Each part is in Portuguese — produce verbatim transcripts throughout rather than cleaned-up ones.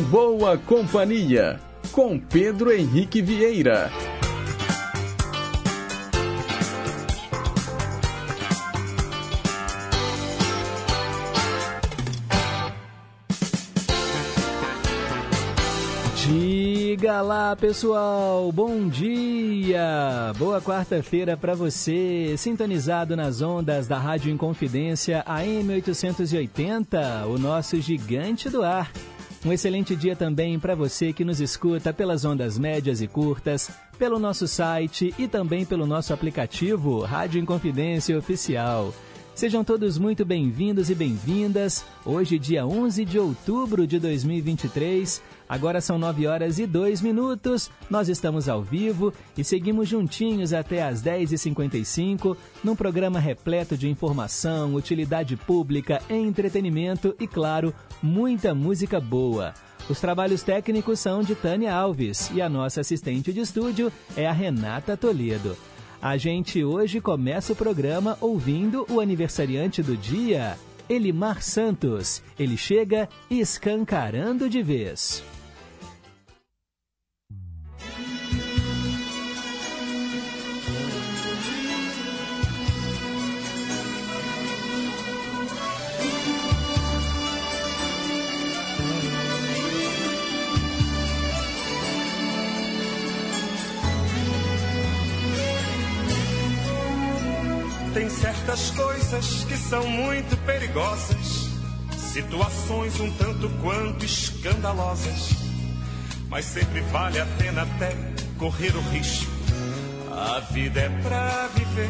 Em Boa Companhia, com Pedro Henrique Vieira. Diga lá, pessoal, bom dia, boa quarta-feira para você, sintonizado nas ondas da Rádio Inconfidência A M oitocentos e oitenta, o nosso gigante do ar. Um excelente dia também para você que nos escuta pelas ondas médias e curtas, pelo nosso site e também pelo nosso aplicativo Rádio Inconfidência Oficial. Sejam todos muito bem-vindos e bem-vindas. Hoje, dia onze de outubro de dois mil e vinte e três, agora são nove horas e dois minutos. Nós estamos ao vivo e seguimos juntinhos até às dez e cinquenta e cinco, num programa repleto de informação, utilidade pública, entretenimento e, claro, muita música boa. Os trabalhos técnicos são de Tânia Alves e a nossa assistente de estúdio é a Renata Toledo. A gente hoje começa o programa ouvindo o aniversariante do dia, Elimar Santos. Ele chega escancarando de vez. Tem certas coisas que são muito perigosas, situações um tanto quanto escandalosas, mas sempre vale a pena até correr o risco. A vida é pra viver.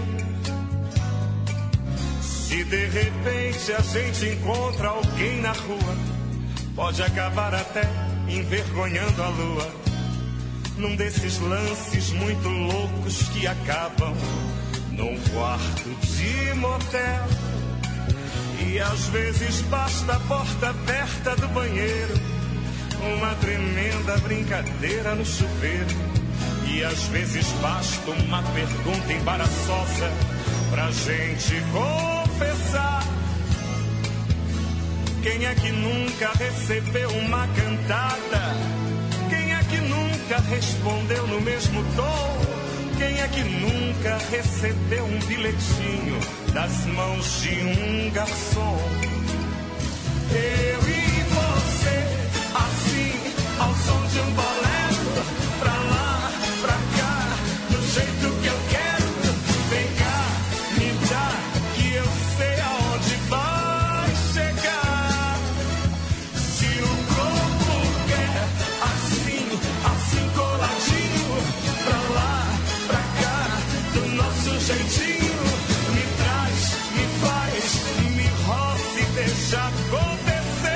Se de repente a gente encontra alguém na rua, pode acabar até envergonhando a lua, num desses lances muito loucos que acabam num quarto de motel. E às vezes basta a porta aberta do banheiro, uma tremenda brincadeira no chuveiro. E às vezes basta uma pergunta embaraçosa pra gente confessar. Quem é que nunca recebeu uma cantada? Quem é que nunca respondeu no mesmo tom? Quem é que nunca recebeu um bilhetinho das mãos de um garçom? Eu e você, assim, ao som de um bolero, pra lá, pra cá, do jeito que eu quero. Vem cá, me dá, que eu sei aonde vai chegar. Se o corpo quer, assim, assim coladinho, pra lá, jeitinho, me traz, me faz, me roça e deixa acontecer.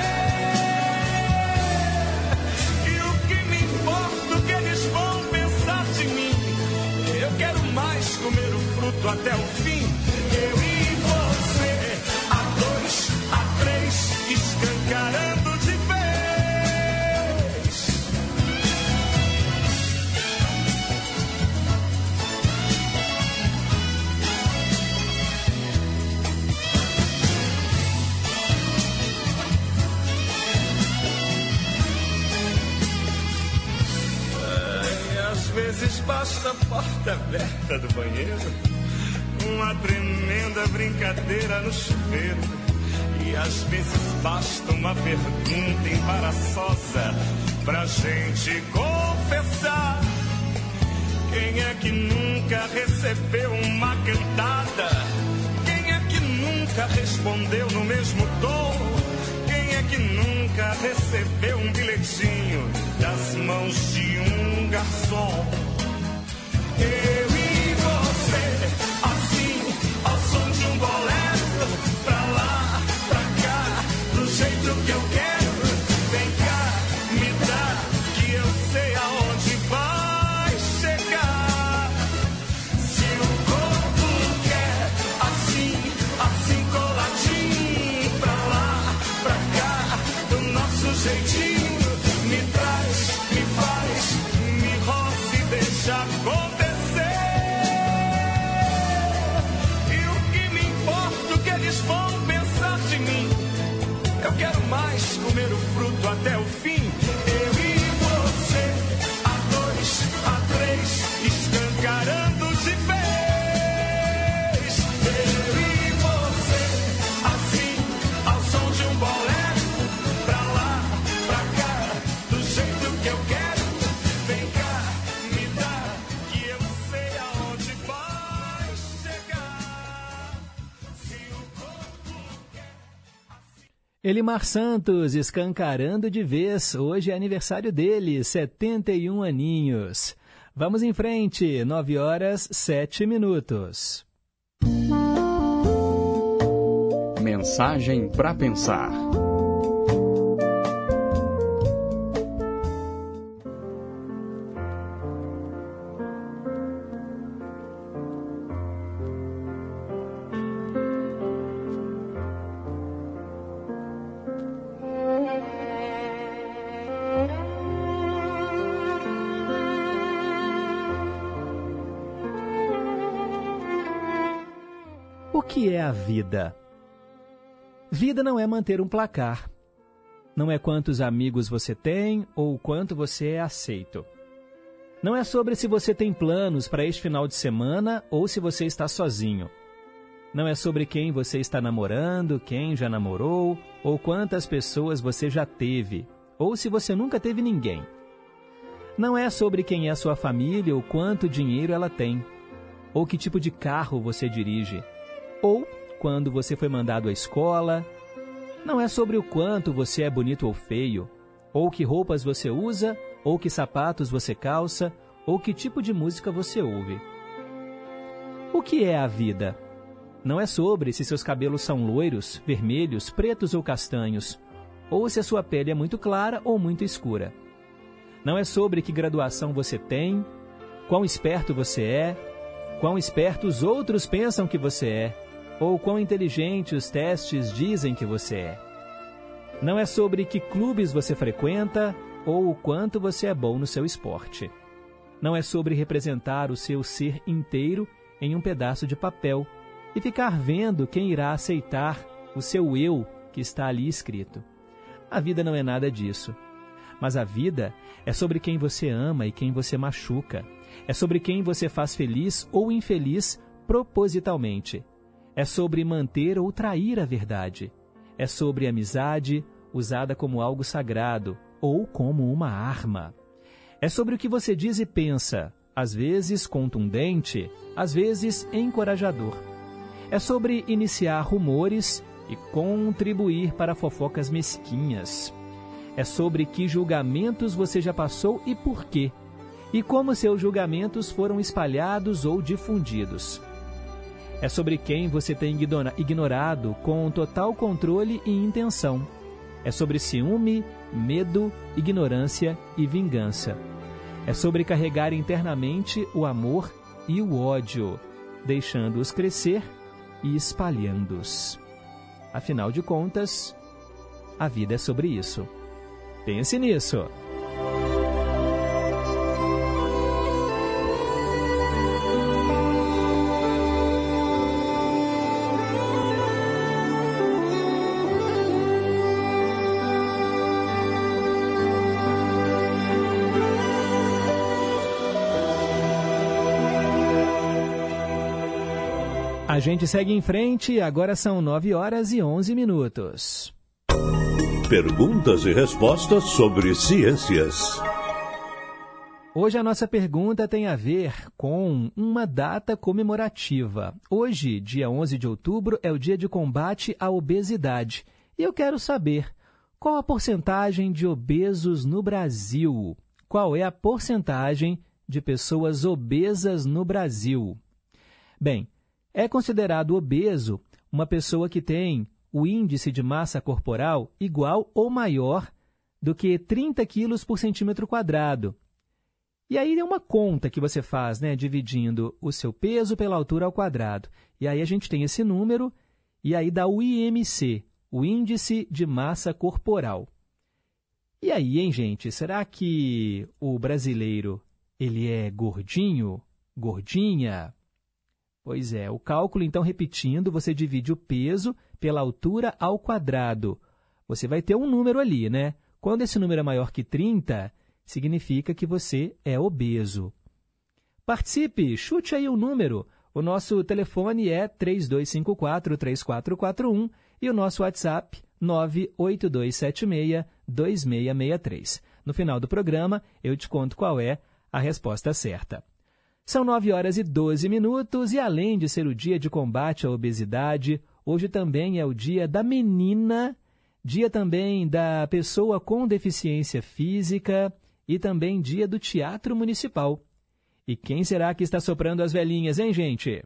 E o que me importa, o que eles vão pensar de mim? Eu quero mais comer o fruto até o fim. Eu e você, a dois, a três, escancarando de vez. Às vezes basta a porta aberta do banheiro, uma tremenda brincadeira no chuveiro. E às vezes basta uma pergunta embaraçosa pra gente confessar. Quem é que nunca recebeu uma cantada? Quem é que nunca respondeu no mesmo tom? Quem é que nunca recebeu um bilhetinho das mãos de um garçom? Eu e você, assim, ao som de um bolero, pra lá, pra cá, do jeito que eu quero. Vem cá, me dá, que eu sei aonde vai chegar. Se o corpo quer, assim, assim coladinho, pra lá, pra cá, do nosso jeitinho, me traz, me faz, me roça e deixa Elimar Santos, escancarando de vez. Hoje é aniversário dele, setenta e um aninhos. Vamos em frente, nove horas, sete minutos. Mensagem para pensar. O que é a vida? Vida não é manter um placar. Não é quantos amigos você tem ou quanto você é aceito. Não é sobre se você tem planos para este final de semana ou se você está sozinho. Não é sobre quem você está namorando, quem já namorou, ou quantas pessoas você já teve, ou se você nunca teve ninguém. Não é sobre quem é sua família ou quanto dinheiro ela tem, ou que tipo de carro você dirige, ou quando você foi mandado à escola. Não é sobre o quanto você é bonito ou feio, ou que roupas você usa, ou que sapatos você calça, ou que tipo de música você ouve. O que é a vida? Não é sobre se seus cabelos são loiros, vermelhos, pretos ou castanhos, ou se a sua pele é muito clara ou muito escura. Não é sobre que graduação você tem, quão esperto você é, quão esperto os outros pensam que você é, ou quão inteligente os testes dizem que você é. Não é sobre que clubes você frequenta ou o quanto você é bom no seu esporte. Não é sobre representar o seu ser inteiro em um pedaço de papel e ficar vendo quem irá aceitar o seu eu que está ali escrito. A vida não é nada disso. Mas a vida é sobre quem você ama e quem você machuca. É sobre quem você faz feliz ou infeliz propositalmente. É sobre manter ou trair a verdade. É sobre amizade usada como algo sagrado ou como uma arma. É sobre o que você diz e pensa, às vezes contundente, às vezes encorajador. É sobre iniciar rumores e contribuir para fofocas mesquinhas. É sobre que julgamentos você já passou e por quê, e como seus julgamentos foram espalhados ou difundidos. É sobre quem você tem ignorado com total controle e intenção. É sobre ciúme, medo, ignorância e vingança. É sobre carregar internamente o amor e o ódio, deixando-os crescer e espalhando-os. Afinal de contas, a vida é sobre isso. Pense nisso. A gente segue em frente, agora são nove horas e onze minutos. Perguntas e respostas sobre ciências. Hoje a nossa pergunta tem a ver com uma data comemorativa. Hoje, dia onze de outubro, é o dia de combate à obesidade. E eu quero saber, qual a porcentagem de obesos no Brasil? Qual é a porcentagem de pessoas obesas no Brasil? Bem, é considerado obeso uma pessoa que tem o índice de massa corporal igual ou maior do que trinta quilos por centímetro quadrado. E aí é uma conta que você faz, né, dividindo o seu peso pela altura ao quadrado. E aí a gente tem esse número, e aí dá o I M C, o Índice de Massa Corporal. E aí, hein, gente, será que o brasileiro ele é gordinho, gordinha? Pois é, o cálculo, então, repetindo, você divide o peso pela altura ao quadrado. Você vai ter um número ali, né? Quando esse número é maior que trinta, significa que você é obeso. Participe, chute aí o número. O nosso telefone é três dois cinco quatro, três quatro quatro um e o nosso WhatsApp nove oito dois sete seis, dois seis seis três. No final do programa, eu te conto qual é a resposta certa. São nove horas e doze minutos e, além de ser o dia de combate à obesidade, hoje também é o dia da menina dia também da pessoa com deficiência física e também dia do Teatro Municipal. E quem será que está soprando as velhinhas, hein, gente?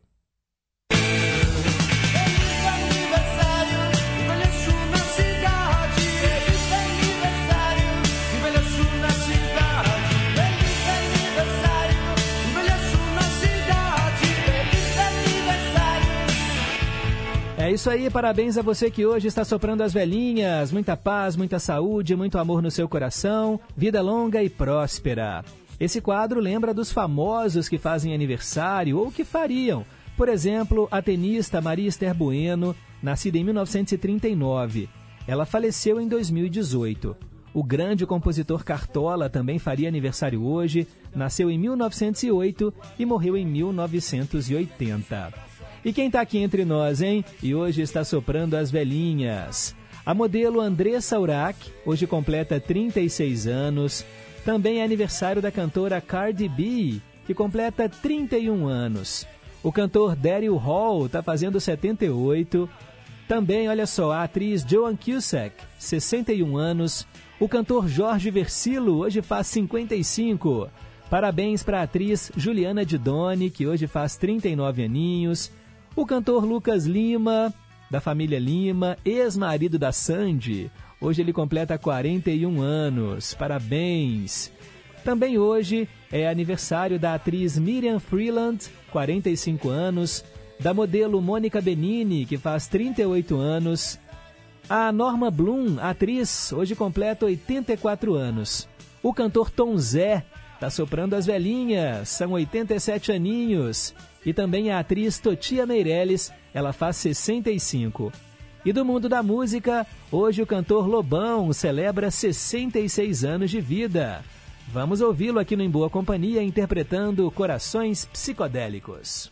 É isso aí, parabéns a você que hoje está soprando as velhinhas. Muita paz, muita saúde, muito amor no seu coração, vida longa e próspera. Esse quadro lembra dos famosos que fazem aniversário ou que fariam. Por exemplo, a tenista Maria Esther Bueno, nascida em mil novecentos e trinta e nove. Ela faleceu em dois mil e dezoito. O grande compositor Cartola também faria aniversário hoje, nasceu em mil novecentos e oito e morreu em mil novecentos e oitenta. E quem está aqui entre nós, hein? E hoje está soprando as velhinhas. A modelo Andressa Urach, hoje completa trinta e seis anos. Também é aniversário da cantora Cardi B, que completa trinta e um anos. O cantor Daryl Hall está fazendo setenta e oito. Também, olha só, a atriz Joan Cusack, sessenta e um anos. O cantor Jorge Versilo hoje faz cinquenta e cinco. Parabéns para a atriz Juliana Didoni, que hoje faz trinta e nove aninhos. O cantor Lucas Lima, da família Lima, ex-marido da Sandy, hoje ele completa quarenta e um anos. Parabéns! Também hoje é aniversário da atriz Miriam Freeland, quarenta e cinco anos, da modelo Mônica Benini, que faz trinta e oito anos. A Norma Bloom, atriz, hoje completa oitenta e quatro anos. O cantor Tom Zé está soprando as velhinhas, são oitenta e sete aninhos. E também a atriz Totia Meirelles, ela faz sessenta e cinco. E do mundo da música, hoje o cantor Lobão celebra sessenta e seis anos de vida. Vamos ouvi-lo aqui no Em Boa Companhia, interpretando Corações Psicodélicos.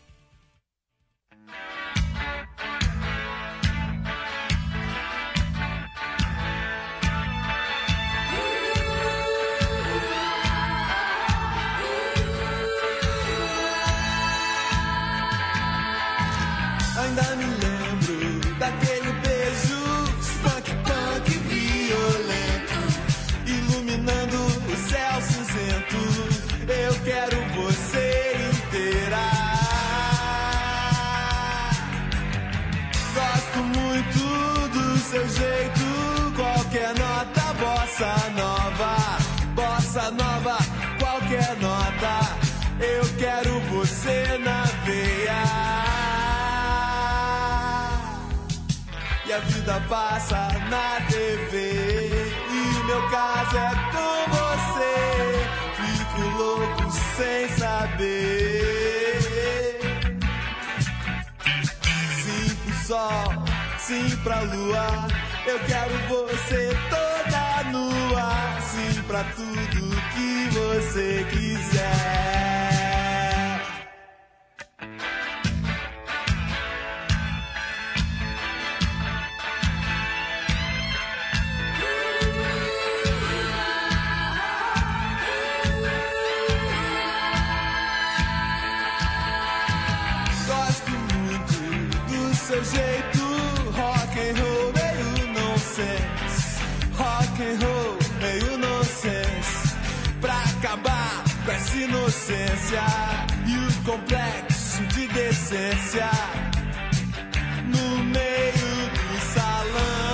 Ainda me lembro daquele beijo funk, punk, violento, iluminando o céu cinzento. Eu quero você inteira. Gosto muito do seu jeito, qualquer nota, bossa nova, bossa nova, qualquer nota. Eu quero você na veia. E a vida passa na T V, e o meu caso é com você. Fico louco sem saber. Sim pro sol, sim pra lua, eu quero você toda nua. Sim pra tudo que você quiser. Seu jeito, rock and roll, meio nonsense. Rock and roll, meio nonsense. Pra acabar com essa inocência e o complexo de decência no meio do salão.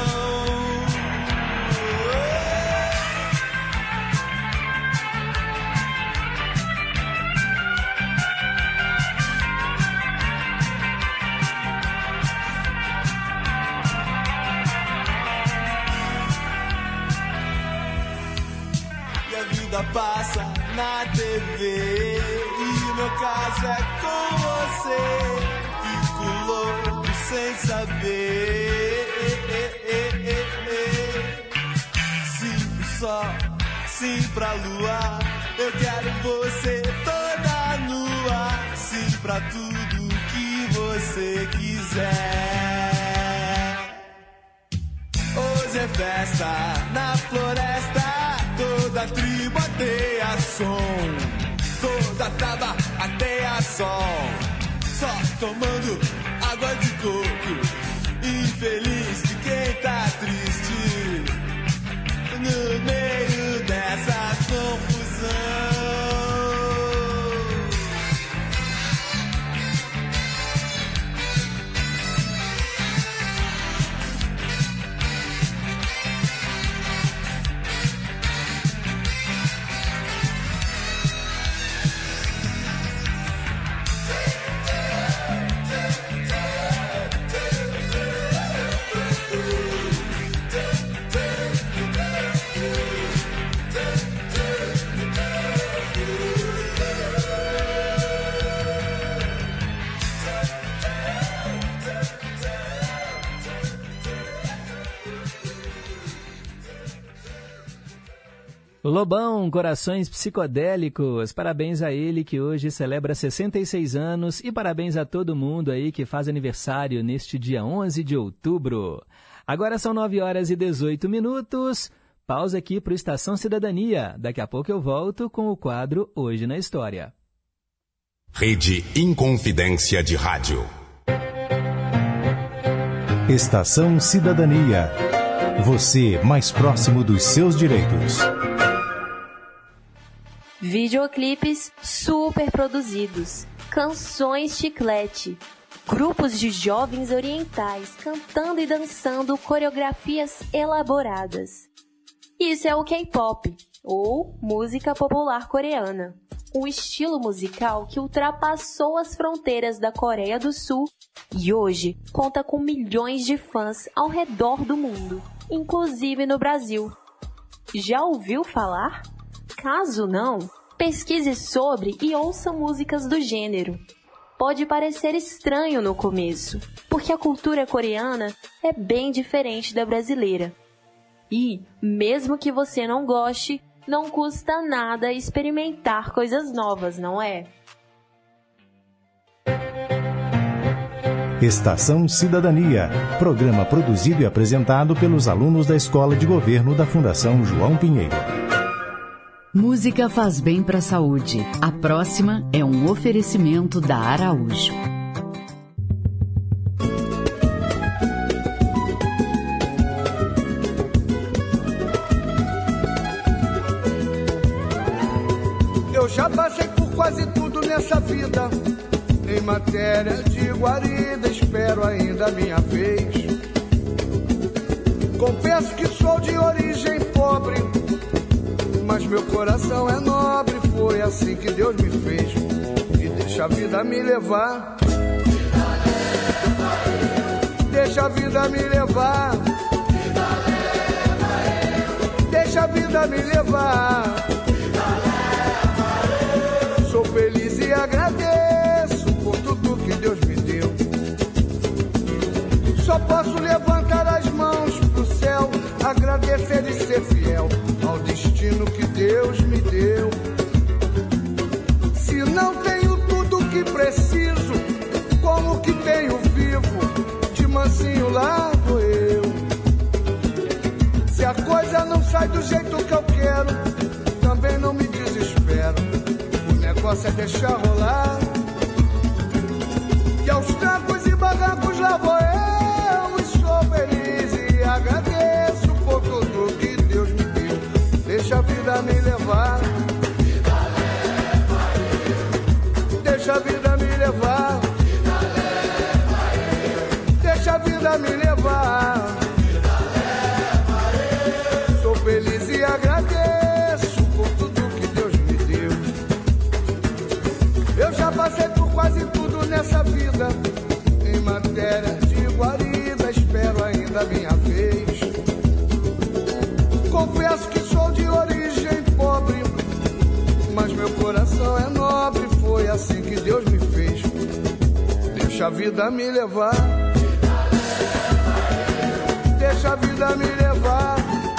Passa na T V, e o meu caso é com você. Fico louco sem saber. Sim pro sol, sim pra lua, eu quero você toda nua. Sim pra tudo que você quiser. Hoje é festa na floresta, toda a tribo ateia som, toda taba ateia sol, só tomando água de coco, infeliz de quem tá triste. Lobão, Corações Psicodélicos, parabéns a ele que hoje celebra sessenta e seis anos e parabéns a todo mundo aí que faz aniversário neste dia onze de outubro. Agora são nove horas e dezoito minutos, pausa aqui para o Estação Cidadania. Daqui a pouco eu volto com o quadro Hoje na História. Rede Inconfidência de Rádio. Estação Cidadania. Você mais próximo dos seus direitos. Videoclipes super produzidos, canções chiclete, grupos de jovens orientais cantando e dançando coreografias elaboradas. Isso é o K-pop, ou música popular coreana, um estilo musical que ultrapassou as fronteiras da Coreia do Sul e hoje conta com milhões de fãs ao redor do mundo, inclusive no Brasil. Já ouviu falar? Caso não, pesquise sobre e ouça músicas do gênero. Pode parecer estranho no começo, porque a cultura coreana é bem diferente da brasileira. E, mesmo que você não goste, não custa nada experimentar coisas novas, não é? Estação Cidadania, programa produzido e apresentado pelos alunos da Escola de Governo da Fundação João Pinheiro. Música faz bem para a saúde. A próxima é um oferecimento da Araújo. Eu já passei por quase tudo nessa vida. Em matéria de guarida, espero ainda a minha vez. Confesso que sou de origem pobre, mas meu coração é nobre, foi assim que Deus me fez. E deixa a vida me levar, deixa a vida me levar, deixa a vida me levar. Sou feliz e agradeço por tudo que Deus me deu. Só posso levantar as mãos pro céu, agradecer e ser fiel ao destino que Deus me deu. Se não tenho tudo que preciso, como que tenho vivo, de mansinho lá vou eu. Se a coisa não sai do jeito que eu quero, também não me desespero. O negócio é deixar rolar. E aos trancos e barrancos lá vou eu, e sou feliz e agradeço por tudo que Deus me deu. Deixa a vida me levar, deixa a vida me levar, deixa a vida me levar. Sou feliz e agradeço por tudo que Deus me deu. Eu já passei por quase tudo nessa vida. Em matéria de guarida, espero ainda a minha vez. Confesso que sou de origem pobre, mas meu coração é nobre, foi assim que Deus me fez. Deixa a vida me levar, deixa a vida me levar,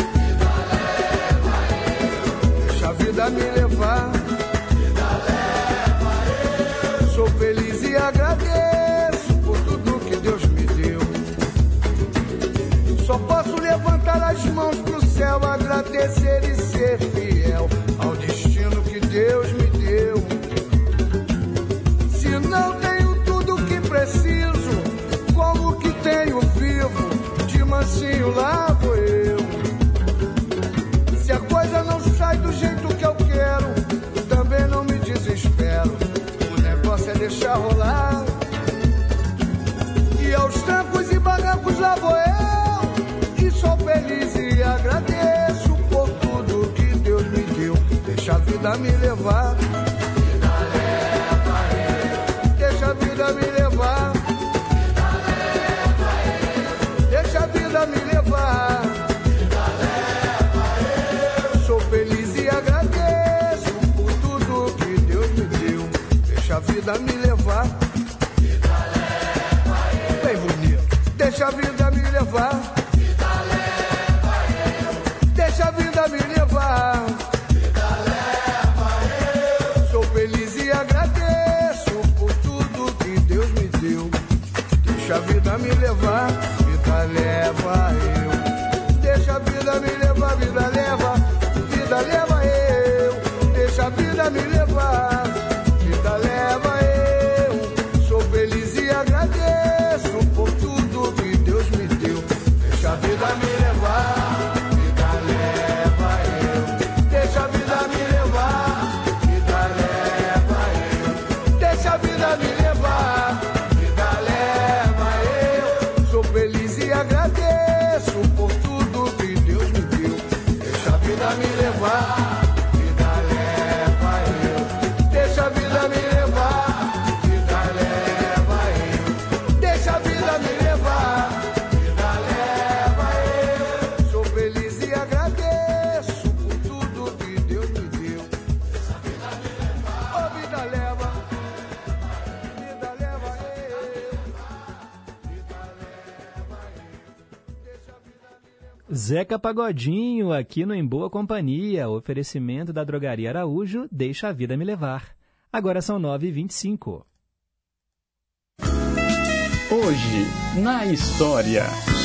deixa a vida me levar. Sou feliz e agradeço por tudo que Deus me deu. Só posso levantar as mãos pro céu, agradecer e ser fiel ao destino que Deus me deu. Se não tenho tudo que preciso, como que tenho vivo, de mansinho lá vou eu. Se a coisa não sai do jeito que eu quero, também não me desespero. O negócio é deixar rolar. E aos trancos e barrancos lá vou eu, e sou feliz e agradeço por tudo que Deus me deu. Deixa a vida me levar, deixa a vida me levar, deixa a vida me levar. Sou feliz e agradeço por tudo que Deus me deu. Deixa a vida me levar, bem bonito. Deixa a vida me levar, deixa a vida me levar. vida me levar, vida leva eu. Deixa a vida me levar, vida leva, vida leva eu. Deixa a vida me levar, vida leva eu. Sou feliz e agradeço por tudo que Deus me deu. Deixa a vida me levar, vida leva eu. Deixa a vida me levar, vida leva eu. Deixa a vida me levar, vida leva eu. Sou feliz e agradeço por tudo que Deus me deu. Deixa a vida me levar, vida leva eu. Deixa a vida me levar, vida leva eu. Deixa a vida me levar, vida leva eu. Sou feliz e agradeço por tudo que Deus me deu. Deixa a vida me levar, oh, vida leva, vida leva eu. Vida leva eu. Deixa a vida me levar. Zeca Pagodinho, aqui no Em Boa Companhia, oferecimento da Drogaria Araújo, Deixa a Vida Me Levar. Agora são nove e vinte e cinco. Hoje, na história.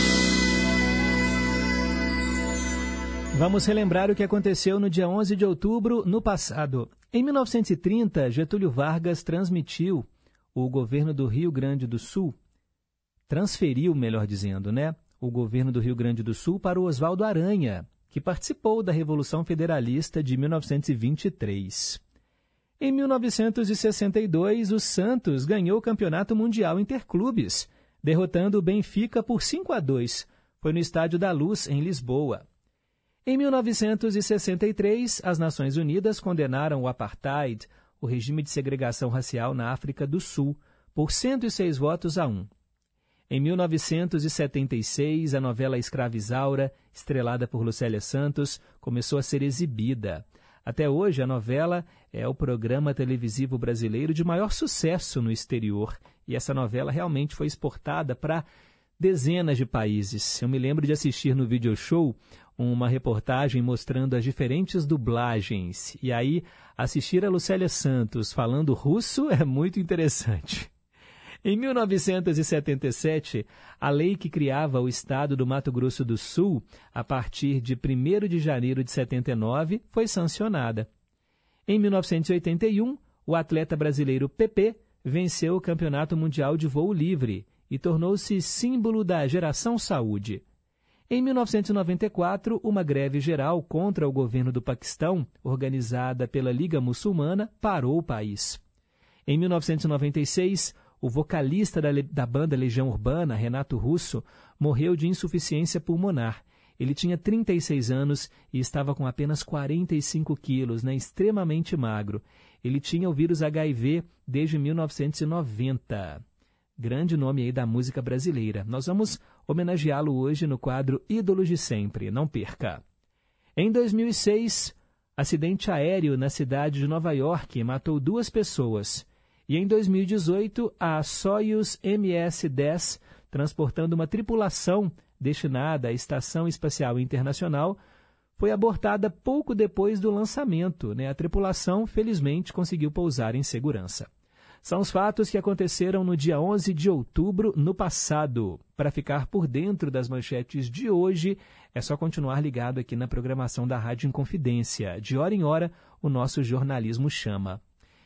Vamos relembrar o que aconteceu no dia onze de outubro, no passado. Em mil novecentos e trinta, Getúlio Vargas transmitiu o governo do Rio Grande do Sul, transferiu, melhor dizendo, né, o governo do Rio Grande do Sul para o Oswaldo Aranha, que participou da Revolução Federalista de mil novecentos e vinte e três. Em mil novecentos e sessenta e dois, o Santos ganhou o Campeonato Mundial Interclubes, derrotando o Benfica por cinco a dois. Foi no Estádio da Luz, em Lisboa. Em mil novecentos e sessenta e três, as Nações Unidas condenaram o apartheid, o regime de segregação racial na África do Sul, por cento e seis votos a um. Em mil novecentos e setenta e seis, a novela Escravizaura, estrelada por Lucélia Santos, começou a ser exibida. Até hoje, a novela é o programa televisivo brasileiro de maior sucesso no exterior. E essa novela realmente foi exportada para dezenas de países. Eu me lembro de assistir no Video Show uma reportagem mostrando as diferentes dublagens. E aí, assistir a Lucélia Santos falando russo é muito interessante. Em mil novecentos e setenta e sete, a lei que criava o estado do Mato Grosso do Sul, a partir de primeiro de janeiro de setenta e nove, foi sancionada. Em mil novecentos e oitenta e um, o atleta brasileiro Pepe venceu o Campeonato Mundial de Voo Livre e tornou-se símbolo da geração saúde. Em mil novecentos e noventa e quatro, uma greve geral contra o governo do Paquistão, organizada pela Liga Muçulmana, parou o país. Em mil novecentos e noventa e seis, o vocalista da, da banda Legião Urbana, Renato Russo, morreu de insuficiência pulmonar. Ele tinha trinta e seis anos e estava com apenas quarenta e cinco quilos, né, extremamente magro. Ele tinha o vírus H I V desde mil novecentos e noventa. Grande nome aí da música brasileira. Nós vamos homenageá-lo hoje no quadro Ídolos de Sempre. Não perca. Em dois mil e seis, acidente aéreo na cidade de Nova York matou duas pessoas. E em dois mil e dezoito, a Soyuz M S dez, transportando uma tripulação destinada à Estação Espacial Internacional, foi abortada pouco depois do lançamento, né? A tripulação, felizmente, conseguiu pousar em segurança. São os fatos que aconteceram no dia onze de outubro, no passado. Para ficar por dentro das manchetes de hoje, é só continuar ligado aqui na programação da Rádio Inconfidência. De hora em hora, o nosso jornalismo chama.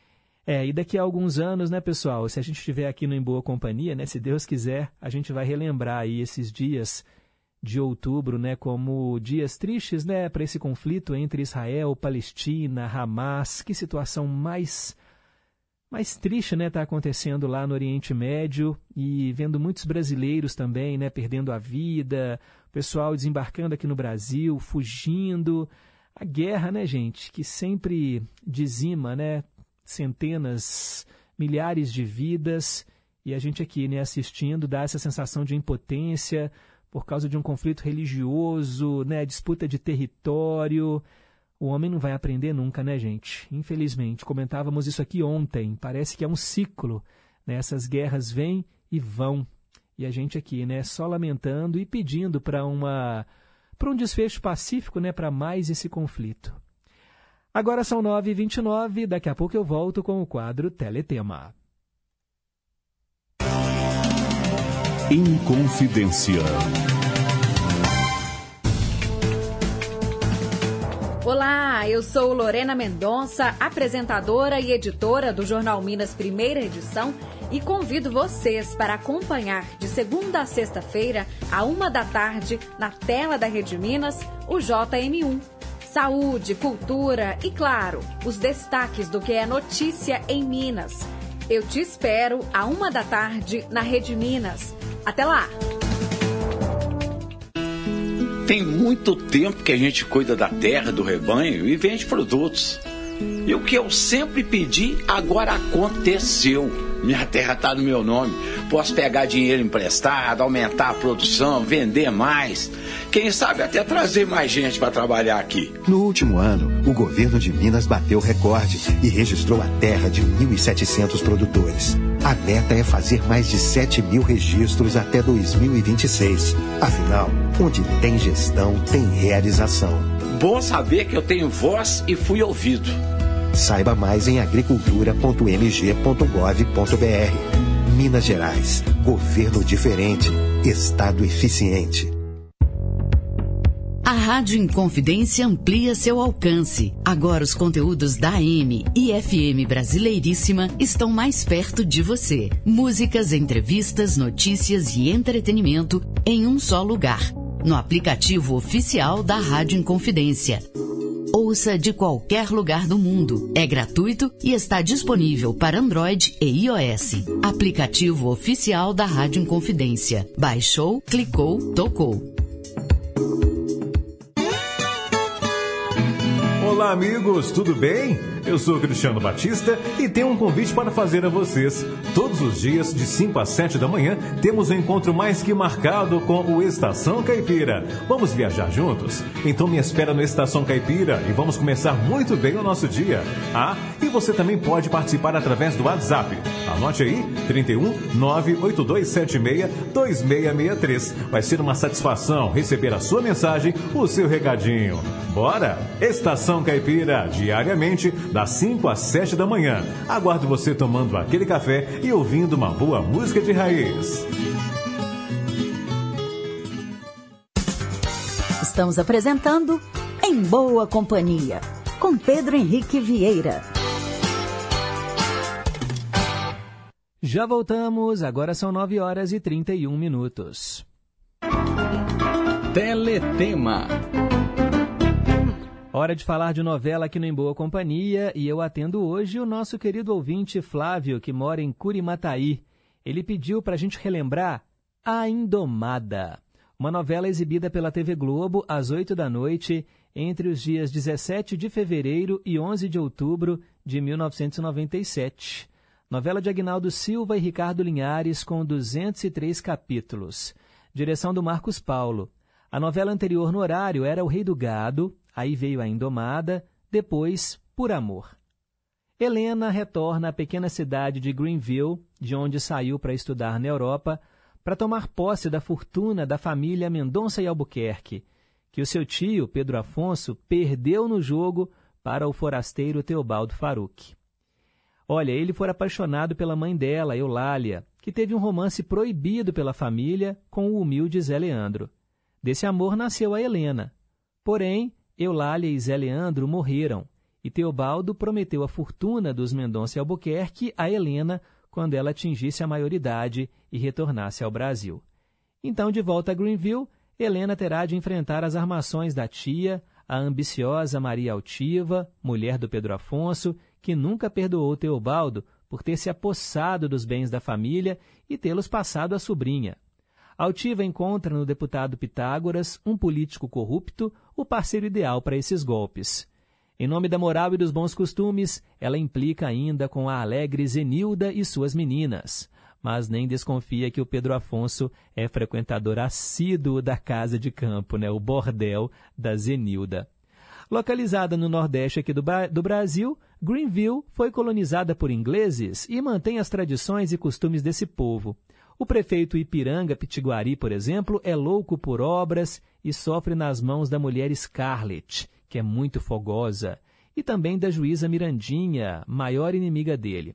É, e daqui a alguns anos, né, pessoal, se a gente estiver aqui no Em Boa Companhia, né, se Deus quiser, a gente vai relembrar aí esses dias de outubro, né, como dias tristes, né, para esse conflito entre Israel, Palestina, Hamas. Que situação mais, mais triste, né, está acontecendo lá no Oriente Médio, e vendo muitos brasileiros também, né, perdendo a vida, o pessoal desembarcando aqui no Brasil, fugindo. A guerra, né, gente, que sempre dizima, né, centenas, milhares de vidas, e a gente aqui, né, assistindo, dá essa sensação de impotência por causa de um conflito religioso, né, disputa de território. O homem não vai aprender nunca, né, gente? Infelizmente, comentávamos isso aqui ontem, parece que é um ciclo, né? Essas guerras vêm e vão, e a gente aqui, né, só lamentando e pedindo para uma para um desfecho pacífico, né, para mais esse conflito. Agora são nove e vinte e nove, daqui a pouco eu volto com o quadro Teletema. Inconfidência. Olá, eu sou Lorena Mendonça, apresentadora e editora do Jornal Minas Primeira Edição, e convido vocês para acompanhar de segunda a sexta-feira, à uma da tarde, na tela da Rede Minas, o J M um. Saúde, cultura e, claro, os destaques do que é notícia em Minas. Eu te espero à uma da tarde na Rede Minas. Até lá! Tem muito tempo que a gente cuida da terra, do rebanho e vende produtos. E o que eu sempre pedi, agora aconteceu. Minha terra está no meu nome. Posso pegar dinheiro emprestado, aumentar a produção, vender mais. Quem sabe até trazer mais gente para trabalhar aqui. No último ano, o governo de Minas bateu recorde e registrou a terra de mil e setecentos produtores. A meta é fazer mais de sete mil registros até dois mil e vinte e seis. Afinal, onde tem gestão, tem realização. Bom saber que eu tenho voz e fui ouvido. Saiba mais em agricultura ponto m g ponto gov ponto b r. Minas Gerais. Governo diferente. Estado eficiente. A Rádio Inconfidência amplia seu alcance. Agora os conteúdos da A M e F M Brasileiríssima estão mais perto de você. Músicas, entrevistas, notícias e entretenimento em um só lugar. No aplicativo oficial da Rádio Inconfidência. Ouça de qualquer lugar do mundo. É gratuito e está disponível para Android e iOS. Aplicativo oficial da Rádio Inconfidência. Baixou, clicou, tocou. Olá, amigos, tudo bem? Eu sou Cristiano Batista e tenho um convite para fazer a vocês. Todos os dias, de cinco às sete da manhã, temos um encontro mais que marcado com o Estação Caipira. Vamos viajar juntos? Então me espera no Estação Caipira e vamos começar muito bem o nosso dia. Ah, e você também pode participar através do WhatsApp. Anote aí, trinta e um, nove oito dois sete seis, dois seis seis três. Vai ser uma satisfação receber a sua mensagem, o seu recadinho. Bora? Estação Caipira, diariamente, das cinco às sete da manhã. Aguardo você tomando aquele café e ouvindo uma boa música de raiz. Estamos apresentando Em Boa Companhia, com Pedro Henrique Vieira. Já voltamos, agora são nove horas e trinta e um minutos. Teletema. Hora de falar de novela aqui no Em Boa Companhia, e eu atendo hoje o nosso querido ouvinte Flávio, que mora em Curimataí. Ele pediu para a gente relembrar A Indomada, uma novela exibida pela T V Globo às oito da noite, entre os dias dezessete de fevereiro e onze de outubro de mil novecentos e noventa e sete. Novela de Aguinaldo Silva e Ricardo Linhares, com duzentos e três capítulos. Direção do Marcos Paulo. A novela anterior no horário era O Rei do Gado, aí veio A Indomada, depois Por Amor. Helena retorna à pequena cidade de Greenville, de onde saiu para estudar na Europa, para tomar posse da fortuna da família Mendonça e Albuquerque, que o seu tio, Pedro Afonso, perdeu no jogo para o forasteiro Teobaldo Faruk. Olha, ele foi apaixonado pela mãe dela, Eulália, que teve um romance proibido pela família com o humilde Zé Leandro. Desse amor nasceu a Helena. Porém, Eulália e Zé Leandro morreram, e Teobaldo prometeu a fortuna dos Mendonça e Albuquerque a Helena quando ela atingisse a maioridade e retornasse ao Brasil. Então, de volta a Greenville, Helena terá de enfrentar as armações da tia, a ambiciosa Maria Altiva, mulher do Pedro Afonso, que nunca perdoou Teobaldo por ter se apossado dos bens da família e tê-los passado à sobrinha. Altiva encontra no deputado Pitágoras, um político corrupto, o parceiro ideal para esses golpes. Em nome da moral e dos bons costumes, ela implica ainda com a alegre Zenilda e suas meninas, mas nem desconfia que o Pedro Afonso é frequentador assíduo da casa de campo, né, o bordel da Zenilda. Localizada no nordeste aqui do, do Brasil, Greenville foi colonizada por ingleses e mantém as tradições e costumes desse povo. O prefeito Ipiranga Pitiguari, por exemplo, é louco por obras e sofre nas mãos da mulher Scarlett, que é muito fogosa, e também da juíza Mirandinha, maior inimiga dele.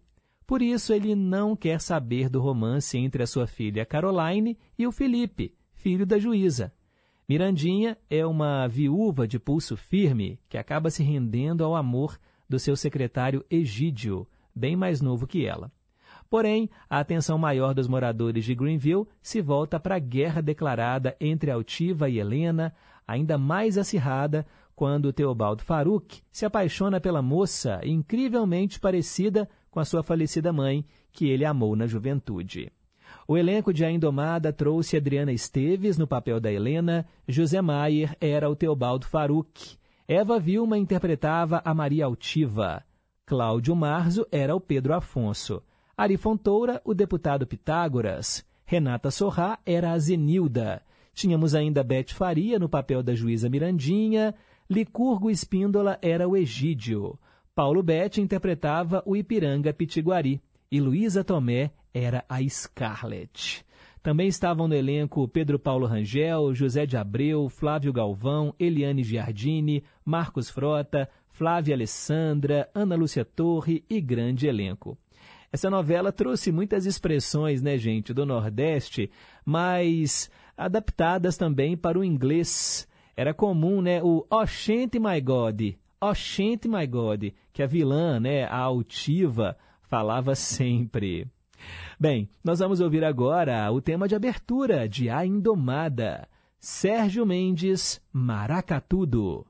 Por isso, ele não quer saber do romance entre a sua filha Caroline e o Felipe, filho da juíza. Mirandinha é uma viúva de pulso firme que acaba se rendendo ao amor do seu secretário Egídio, bem mais novo que ela. Porém, a atenção maior dos moradores de Greenville se volta para a guerra declarada entre Altiva e Helena, ainda mais acirrada quando Teobaldo Faruq se apaixona pela moça incrivelmente parecida com a sua falecida mãe, que ele amou na juventude. O elenco de A Indomada trouxe Adriana Esteves no papel da Helena, José Maier era o Teobaldo Faruq, Eva Vilma interpretava a Maria Altiva, Cláudio Marzo era o Pedro Afonso, Ari Fontoura, o deputado Pitágoras, Renata Sorrá era a Zenilda, tínhamos ainda Bete Faria no papel da juíza Mirandinha, Licurgo Espíndola era o Egídio, Paulo Betti interpretava o Ipiranga Pitiguari e Luísa Tomé era a Scarlett. Também estavam no elenco Pedro Paulo Rangel, José de Abreu, Flávio Galvão, Eliane Giardini, Marcos Frota, Flávia Alessandra, Ana Lúcia Torre e grande elenco. Essa novela trouxe muitas expressões, né, gente, do Nordeste, mas adaptadas também para o inglês. Era comum, né, o Oxente My God, Oxente My God, que a vilã, né, a Altiva, falava sempre. Bem, nós vamos ouvir agora o tema de abertura de A Indomada, Sérgio Mendes, Maracatudo.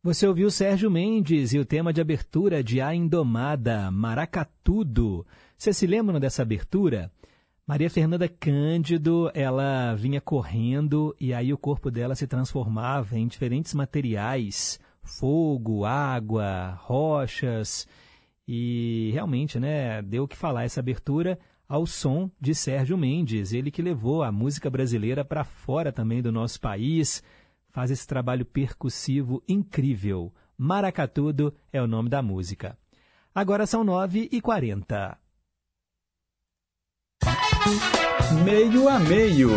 Você ouviu Sérgio Mendes e o tema de abertura de A Indomada, Maracatudo. Você se lembra dessa abertura? Maria Fernanda Cândido, ela vinha correndo e aí o corpo dela se transformava em diferentes materiais, fogo, água, rochas, e realmente, né, deu o que falar essa abertura ao som de Sérgio Mendes, ele que levou a música brasileira para fora também do nosso país, faz esse trabalho percussivo incrível. Maracatudo é o nome da música. Agora são nove e quarenta. Meio a meio.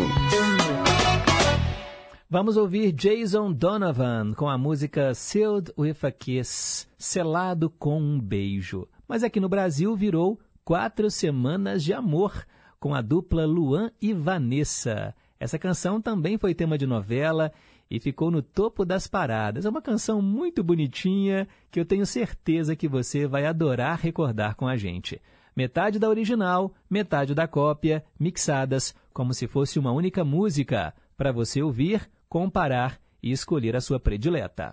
Vamos ouvir Jason Donovan com a música Sealed with a Kiss, selado com um beijo. Mas aqui no Brasil virou Quatro Semanas de Amor, com a dupla Luan e Vanessa. Essa canção também foi tema de novela e ficou no topo das paradas. É uma canção muito bonitinha que eu tenho certeza que você vai adorar recordar com a gente. Metade da original, metade da cópia, mixadas como se fosse uma única música, para você ouvir, comparar e escolher a sua predileta.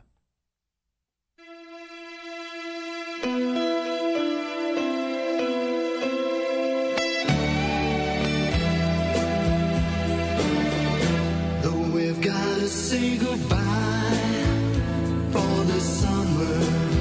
Say goodbye for the summer,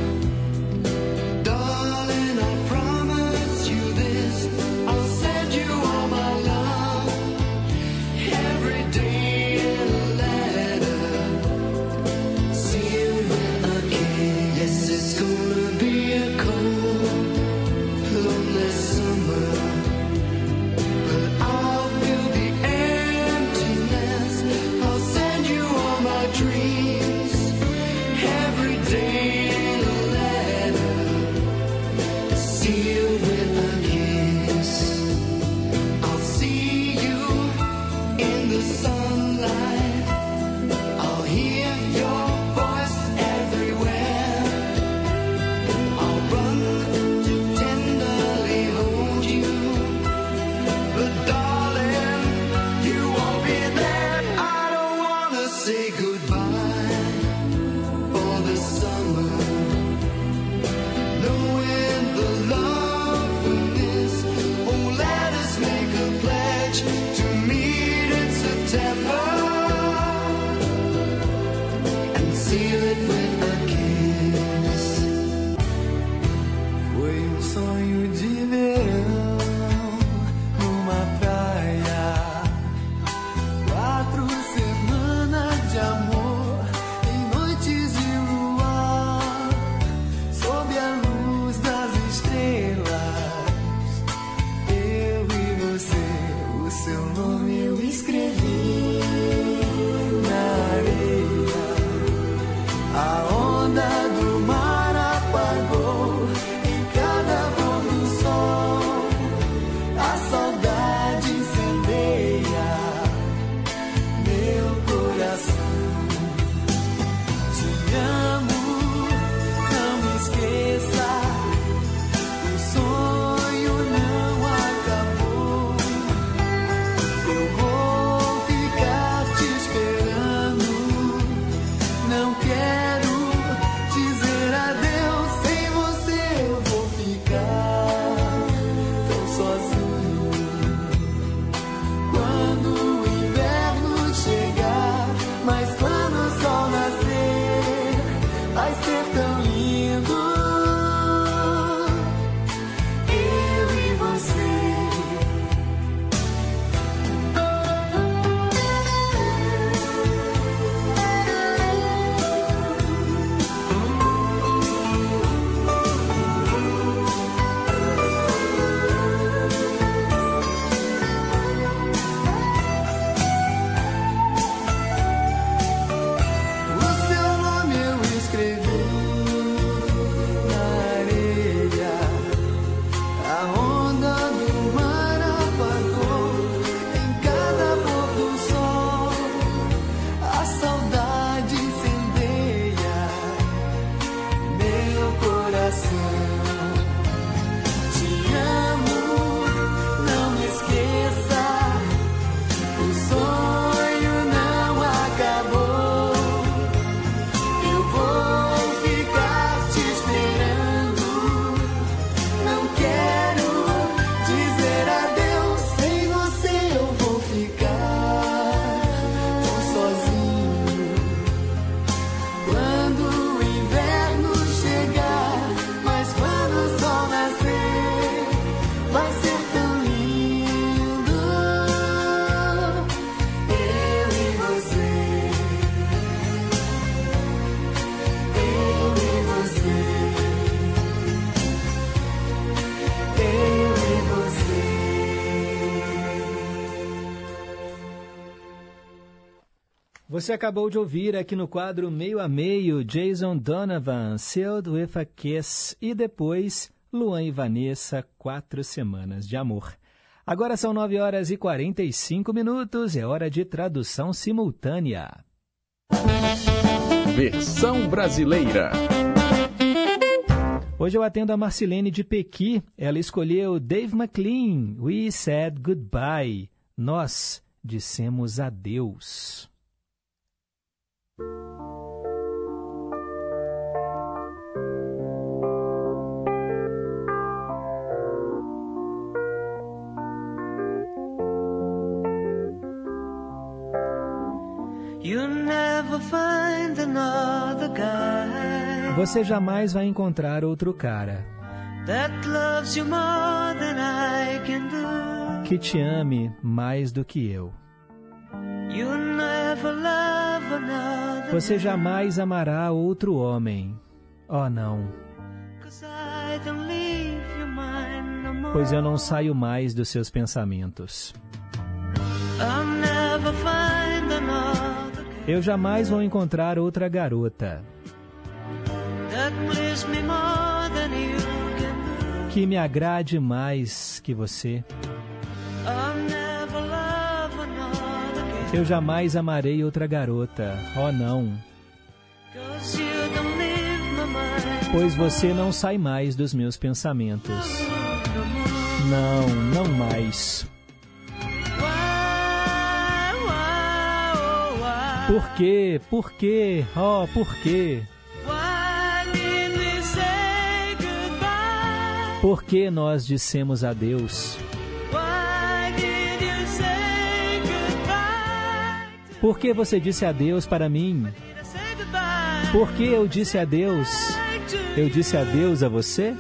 darling. I promise you this. I'll send you all my love every day in a letter. See you with a kiss. Yes, it's gonna be a cold, lonely summer, but I'll feel the emptiness. I'll send you all my dreams every day in a letter. See you with a kiss. I'll see you in the sunlight. I'll hear your voice everywhere. I'll run to tenderly hold you, but darling, you won't be there. I don't wanna say goodbye for the summer, knowing the love we miss. Oh, let us make a pledge to meet in September and seal it with a kiss. Foi um sonho de verão numa praia. Quatro semanas de amor em noites de luar, sob a luz das estrelas. Eu e você, o seu nome eu escrevi na areia. A onda do mar apagou em cada pôr do sol. Você acabou de ouvir aqui no quadro Meio a Meio, Jason Donovan, Sealed with a Kiss, e depois Luan e Vanessa, Quatro Semanas de Amor. Agora são nove horas e quarenta e cinco minutos, é hora de tradução simultânea. Versão brasileira. Hoje eu atendo a Marcilene de Pequi, ela escolheu Dave McLean, We Said Goodbye, Nós Dissemos Adeus. Você jamais vai encontrar outro cara que te ame mais do que eu. Você jamais amará outro homem. Oh, não. Pois eu não saio mais dos seus pensamentos. Eu jamais vou encontrar outra garota que me agrade mais que você. Eu jamais amarei outra garota. Oh, não. Pois você não sai mais dos meus pensamentos. Não, não mais. Por quê? Por quê? Oh, por quê? Por que nós dissemos adeus? Por que você disse adeus para mim? Por que eu disse adeus? Eu disse adeus a você?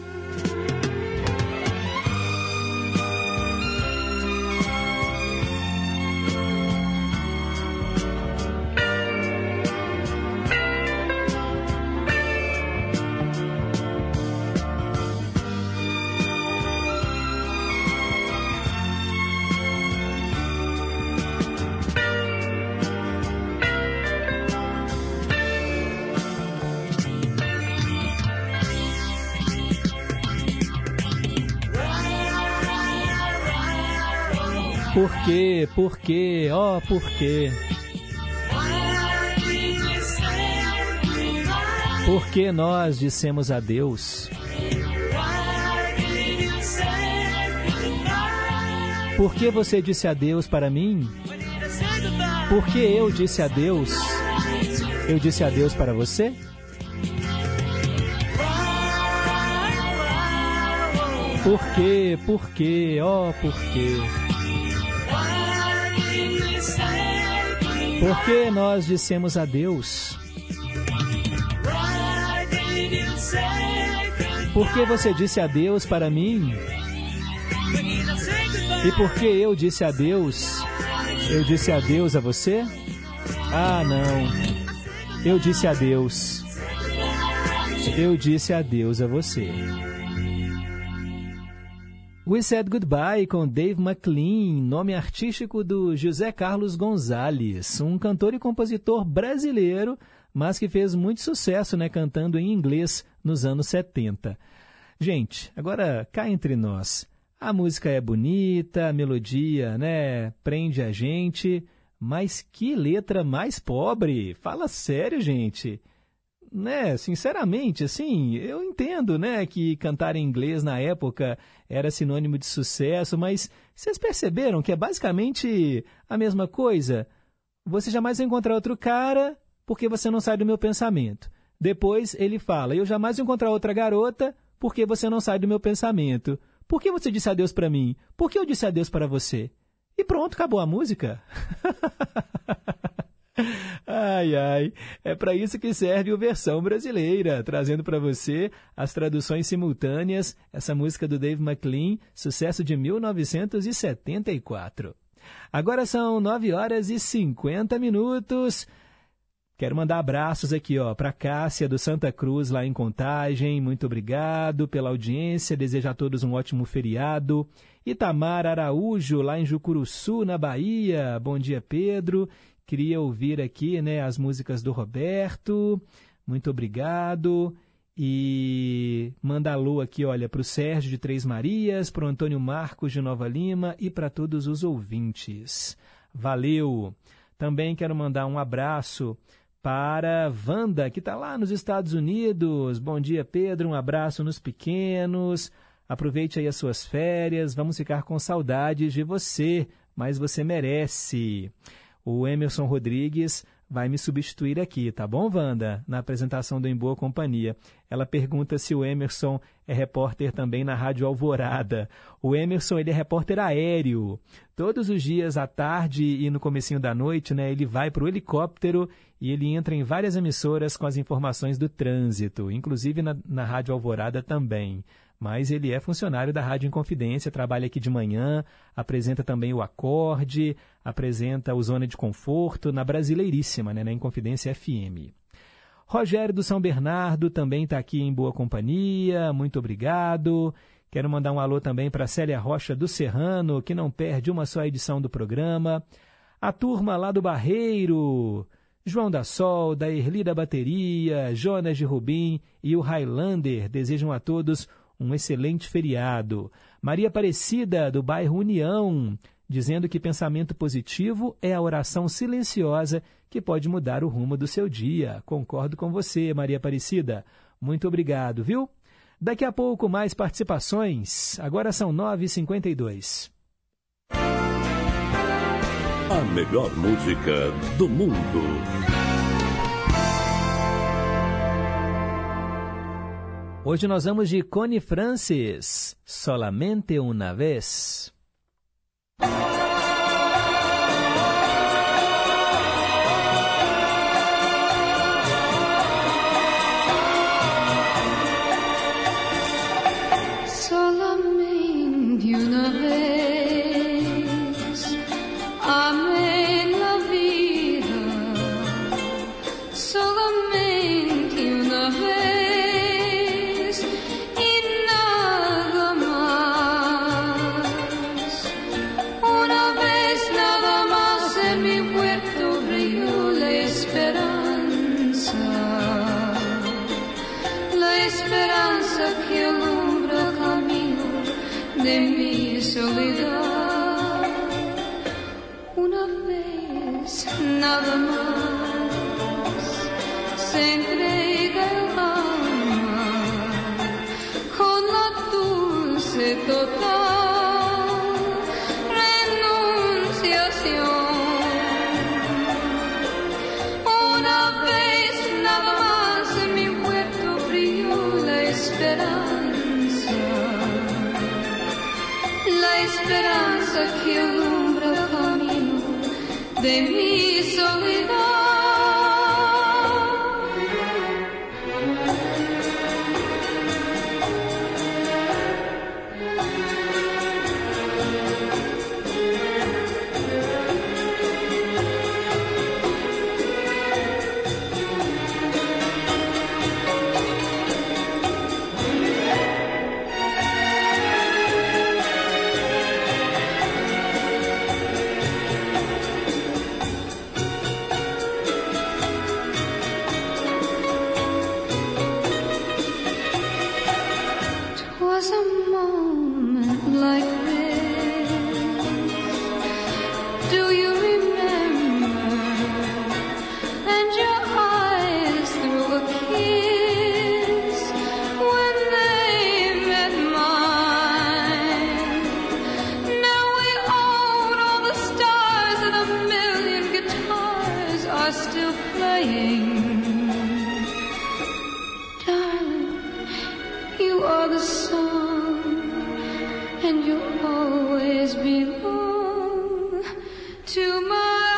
Por quê? Por quê? Oh, por quê? Por que nós dissemos adeus? Por que você disse adeus para mim? Por que eu disse adeus? Eu disse adeus para você? Por quê? Por quê? Oh, por quê? Por que nós dissemos adeus? Por que você disse adeus para mim? E por que eu disse adeus? Eu disse adeus a você? Ah, não. Eu disse adeus. Eu disse adeus a você. We Said Goodbye com Dave McLean, nome artístico do José Carlos Gonzalez, um cantor e compositor brasileiro, mas que fez muito sucesso, né, cantando em inglês nos anos setenta. Gente, agora cá entre nós, a música é bonita, a melodia, né, prende a gente, mas que letra mais pobre! Fala sério, gente! Né, sinceramente, assim, eu entendo, né, que cantar em inglês na época era sinônimo de sucesso, mas vocês perceberam que é basicamente a mesma coisa? Você jamais vai encontrar outro cara porque você não sai do meu pensamento. Depois ele fala, eu jamais vou encontrar outra garota porque você não sai do meu pensamento. Por que você disse adeus para mim? Por que eu disse adeus para você? E pronto, acabou a música. Ai, ai, é para isso que serve o Versão Brasileira, trazendo para você as traduções simultâneas, essa música do Dave McLean, sucesso de mil novecentos e setenta e quatro. Agora são nove horas e cinquenta minutos. Quero mandar abraços aqui, ó, para Cássia do Santa Cruz, lá em Contagem. Muito obrigado pela audiência, desejo a todos um ótimo feriado. Itamar Araújo, lá em Jucuruçu, na Bahia. Bom dia, Pedro. queria ouvir aqui, né, as músicas do Roberto. Muito obrigado. E manda alô aqui, olha, para o Sérgio de Três Marias, para o Antônio Marcos de Nova Lima e para todos os ouvintes. Valeu! Também quero mandar um abraço para Wanda, que está lá nos Estados Unidos. Bom dia, Pedro, um abraço nos pequenos. Aproveite aí as suas férias, vamos ficar com saudades de você, mas você merece. O Emerson Rodrigues vai me substituir aqui, tá bom, Wanda? Na apresentação do Em Boa Companhia. Ela pergunta se o Emerson é repórter também na Rádio Alvorada. O Emerson, ele é repórter aéreo. Todos os dias à tarde e no comecinho da noite, né, ele vai para o helicóptero e ele entra em várias emissoras com as informações do trânsito, inclusive na, na Rádio Alvorada também. Mas ele é funcionário da Rádio Inconfidência, trabalha aqui de manhã, apresenta também o Acorde, apresenta o Zona de Conforto na Brasileiríssima, né, na Inconfidência F M. Rogério do São Bernardo também está aqui em boa companhia, muito obrigado. Quero mandar um alô também para Célia Rocha do Serrano, que não perde uma só edição do programa. A turma lá do Barreiro, João da Sol, da Erli da Bateria, Jonas de Rubim e o Highlander desejam a todos um excelente feriado. Maria Aparecida, do bairro União, dizendo que pensamento positivo é a oração silenciosa que pode mudar o rumo do seu dia. Concordo com você, Maria Aparecida. Muito obrigado, viu? Daqui a pouco mais participações. Agora são nove e cinquenta e dois. A melhor música do mundo. Hoje nós vamos de Connie Francis, Solamente Una Vez. Solamente una vez amé la vida, solamente una vez y nada más. Una vez nada más en mi huerto brilló la esperanza, la esperanza que alumbra camino de mi soledad. Una vez nada más se entrega el alma con la dulce total renunciación. Una vez nada más en mi huerto brilló la esperanza, la esperanza que alumbra el camino de mi soledad. Was a moment like this. Do you remember? And your eyes threw a kiss when they met mine. Now we own all the stars and a million guitars are still playing. Darling, you are the song, and you'll always belong to my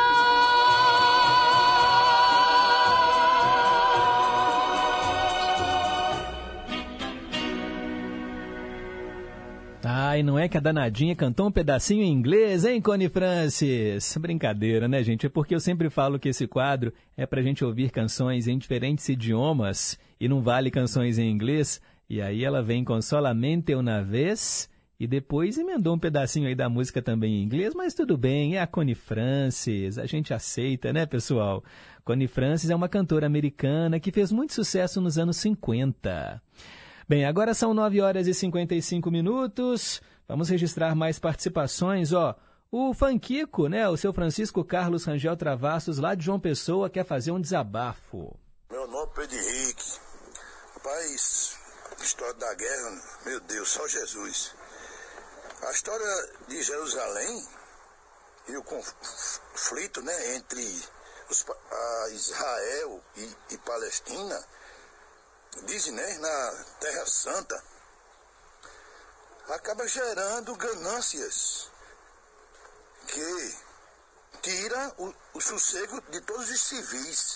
Ai, não é que a danadinha cantou um pedacinho em inglês, hein, Connie Francis? Brincadeira, né, gente? É porque eu sempre falo que esse quadro é pra gente ouvir canções em diferentes idiomas e não vale canções em inglês. E aí ela vem com Solamente Una Vez E depois emendou um pedacinho aí da música também em inglês, mas tudo bem, é a Connie Francis, a gente aceita, né, pessoal? Connie Francis é uma cantora americana que fez muito sucesso nos anos cinquenta. Bem, agora são nove horas e cinquenta e cinco minutos, vamos registrar mais participações, ó. O Fanquico, né, o seu Francisco Carlos Rangel Travassos, lá de João Pessoa, quer fazer um desabafo. Meu nome é Pedro Henrique. Rapaz, história da guerra, meu Deus, só Jesus. A história de Jerusalém e o conflito, né, entre os, a Israel e, e Palestina, dizem, né, na Terra Santa, acaba gerando ganâncias que tira o, o sossego de todos os civis.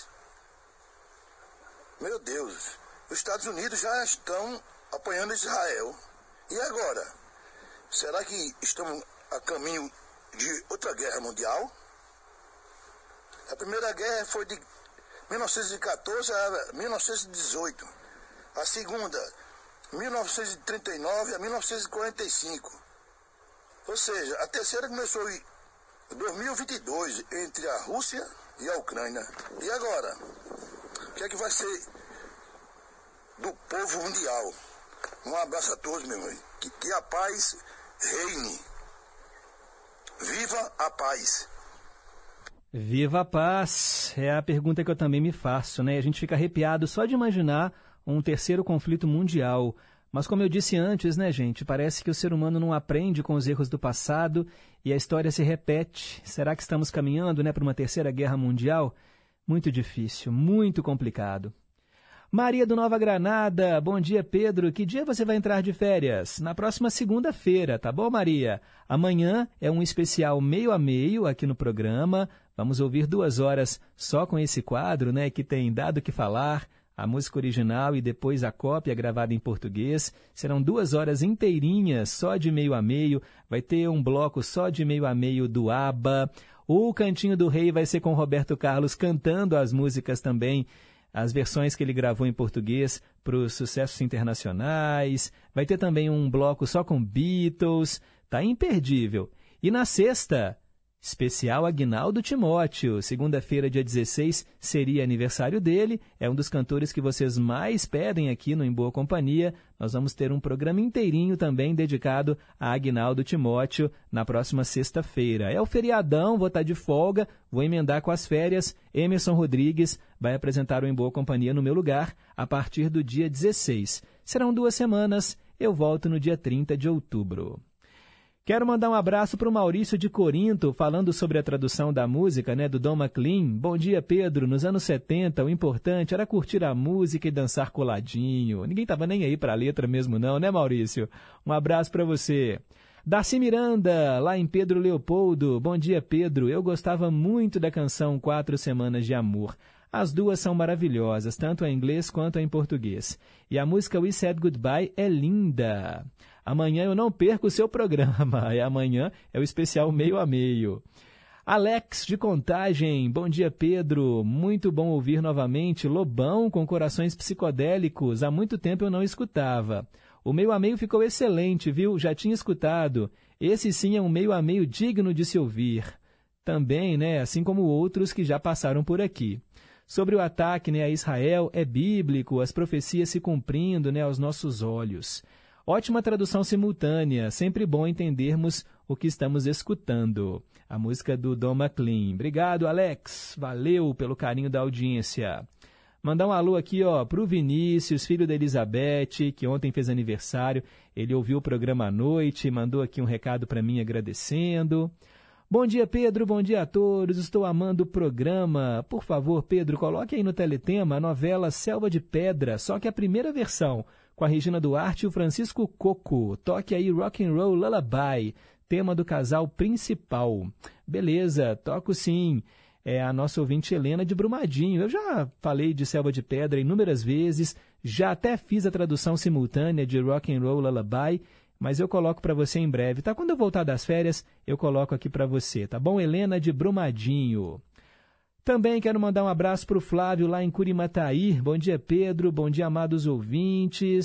Meu Deus, os Estados Unidos já estão apoiando Israel. E agora? Será que estamos a caminho de outra guerra mundial? A primeira guerra foi de mil novecentos e quatorze a mil novecentos e dezoito. A segunda, mil novecentos e trinta e nove a mil novecentos e quarenta e cinco. Ou seja, a terceira começou em dois mil e vinte e dois, entre a Rússia e a Ucrânia. E agora? O que é que vai ser do povo mundial? Um abraço a todos, meu irmão. Que, que a paz reine. Viva a paz. Viva a paz. É a pergunta que eu também me faço, né? A gente fica arrepiado só de imaginar um terceiro conflito mundial. Mas como eu disse antes, né, gente? Parece que o ser humano não aprende com os erros do passado e a história se repete. Será que estamos caminhando, né, para uma terceira guerra mundial? Muito difícil, muito complicado. Maria do Nova Granada, bom dia, Pedro. Que dia você vai entrar de férias? Na próxima segunda-feira, tá bom, Maria? Amanhã é um especial meio a meio aqui no programa. Vamos ouvir duas horas só com esse quadro, né, que tem dado o que falar, a música original e depois a cópia gravada em português. Serão duas horas inteirinhas só de meio a meio. Vai ter um bloco só de meio a meio do ABBA. O Cantinho do Rei vai ser com Roberto Carlos cantando as músicas também, as versões que ele gravou em português para os sucessos internacionais. Vai ter também um bloco só com Beatles. Tá imperdível. E na sexta, especial Aguinaldo Timóteo. Segunda-feira, dia dezesseis, seria aniversário dele. É um dos cantores que vocês mais pedem aqui no Em Boa Companhia. Nós vamos ter um programa inteirinho também dedicado a Aguinaldo Timóteo na próxima sexta-feira. É o feriadão, vou estar de folga, vou emendar com as férias. Emerson Rodrigues vai apresentar o Em Boa Companhia no meu lugar a partir do dia dezesseis. Serão duas semanas, eu volto no dia trinta de outubro. Quero mandar um abraço para o Maurício de Corinto, falando sobre a tradução da música, né, do Don McLean. Bom dia, Pedro. Nos anos setenta, o importante era curtir a música e dançar coladinho. Ninguém estava nem aí para a letra mesmo não, né, Maurício? Um abraço para você. Darcy Miranda, lá em Pedro Leopoldo. Bom dia, Pedro. Eu gostava muito da canção Quatro Semanas de Amor. As duas são maravilhosas, tanto em inglês quanto em português. E a música We Said Goodbye é linda. Amanhã eu não perco o seu programa. E amanhã é o especial meio a meio. Alex de Contagem. Bom dia, Pedro. Muito bom ouvir novamente Lobão com Corações Psicodélicos. Há muito tempo eu não escutava. O meio a meio ficou excelente, viu? Já tinha escutado. Esse sim é um meio a meio digno de se ouvir. Também, né, assim como outros que já passaram por aqui. Sobre o ataque, né, a Israel, é bíblico, as profecias se cumprindo, né, aos nossos olhos. Ótima tradução simultânea, sempre bom entendermos o que estamos escutando. A música do Don McLean. Obrigado, Alex. Valeu pelo carinho da audiência. Mandar um alô aqui, ó, pro Vinícius, filho da Elizabeth, que ontem fez aniversário. Ele ouviu o programa à noite, mandou aqui um recado para mim agradecendo. Bom dia, Pedro. Bom dia a todos. Estou amando o programa. Por favor, Pedro, coloque aí no teletema a novela Selva de Pedra, só que a primeira versão, com a Regina Duarte e o Francisco Coco. Toque aí Rock and Roll Lullaby, tema do casal principal. Beleza, toco sim. É a nossa ouvinte Helena de Brumadinho. Eu já falei de Selva de Pedra inúmeras vezes, já até fiz a tradução simultânea de Rock and Roll Lullaby, mas eu coloco para você em breve, tá? Quando eu voltar das férias, eu coloco aqui para você, tá bom? Helena de Brumadinho. Também quero mandar um abraço para o Flávio lá em Curimataí. Bom dia, Pedro. Bom dia, amados ouvintes.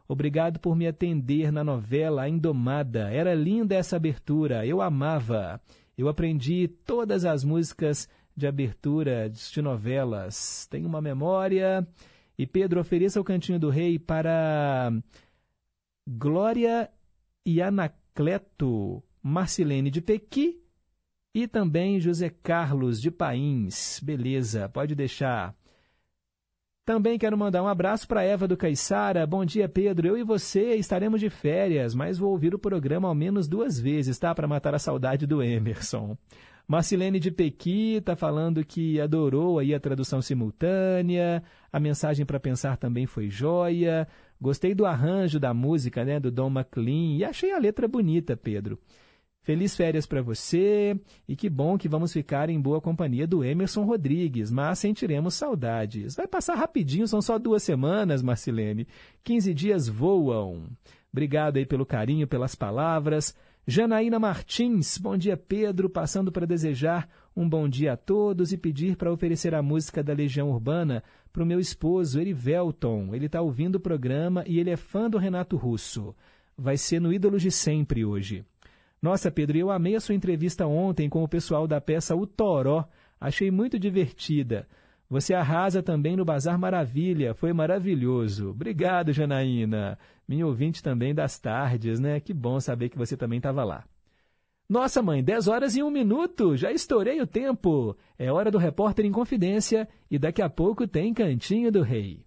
Obrigado por me atender na novela A Indomada. Era linda essa abertura, eu amava. Eu aprendi todas as músicas de abertura de novelas. Tenho uma memória. E Pedro, ofereça o Cantinho do Rei para Glória e Anacleto, Marcilene de Pequi e também José Carlos de Pains. Beleza, pode deixar. Também quero mandar um abraço para Eva do Caiçara. Bom dia, Pedro. Eu e você estaremos de férias, mas vou ouvir o programa ao menos duas vezes, tá? Para matar a saudade do Emerson. Marcilene de Pequi está falando que adorou aí a tradução simultânea, a mensagem para pensar também foi joia, gostei do arranjo da música, né, do Don McLean, e achei a letra bonita, Pedro. Feliz férias para você, e que bom que vamos ficar em boa companhia do Emerson Rodrigues, mas sentiremos saudades. Vai passar rapidinho, são só duas semanas, Marcilene. quinze dias voam. Obrigado aí pelo carinho, pelas palavras. Janaína Martins, bom dia, Pedro, passando para desejar um bom dia a todos e pedir para oferecer a música da Legião Urbana para o meu esposo, Erivelton. Ele está ouvindo o programa e ele é fã do Renato Russo. Vai ser no Ídolos de Sempre hoje. Nossa, Pedro, eu amei a sua entrevista ontem com o pessoal da peça O Toró. Achei muito divertida. Você arrasa também no Bazar Maravilha, foi maravilhoso. Obrigado, Janaína. Minha ouvinte também das tardes, né? Que bom saber que você também estava lá. Nossa, mãe, dez horas e um minuto, já estourei o tempo. É hora do Repórter em Confidência e daqui a pouco tem Cantinho do Rei.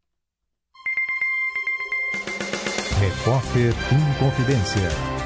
Repórter em Confidência.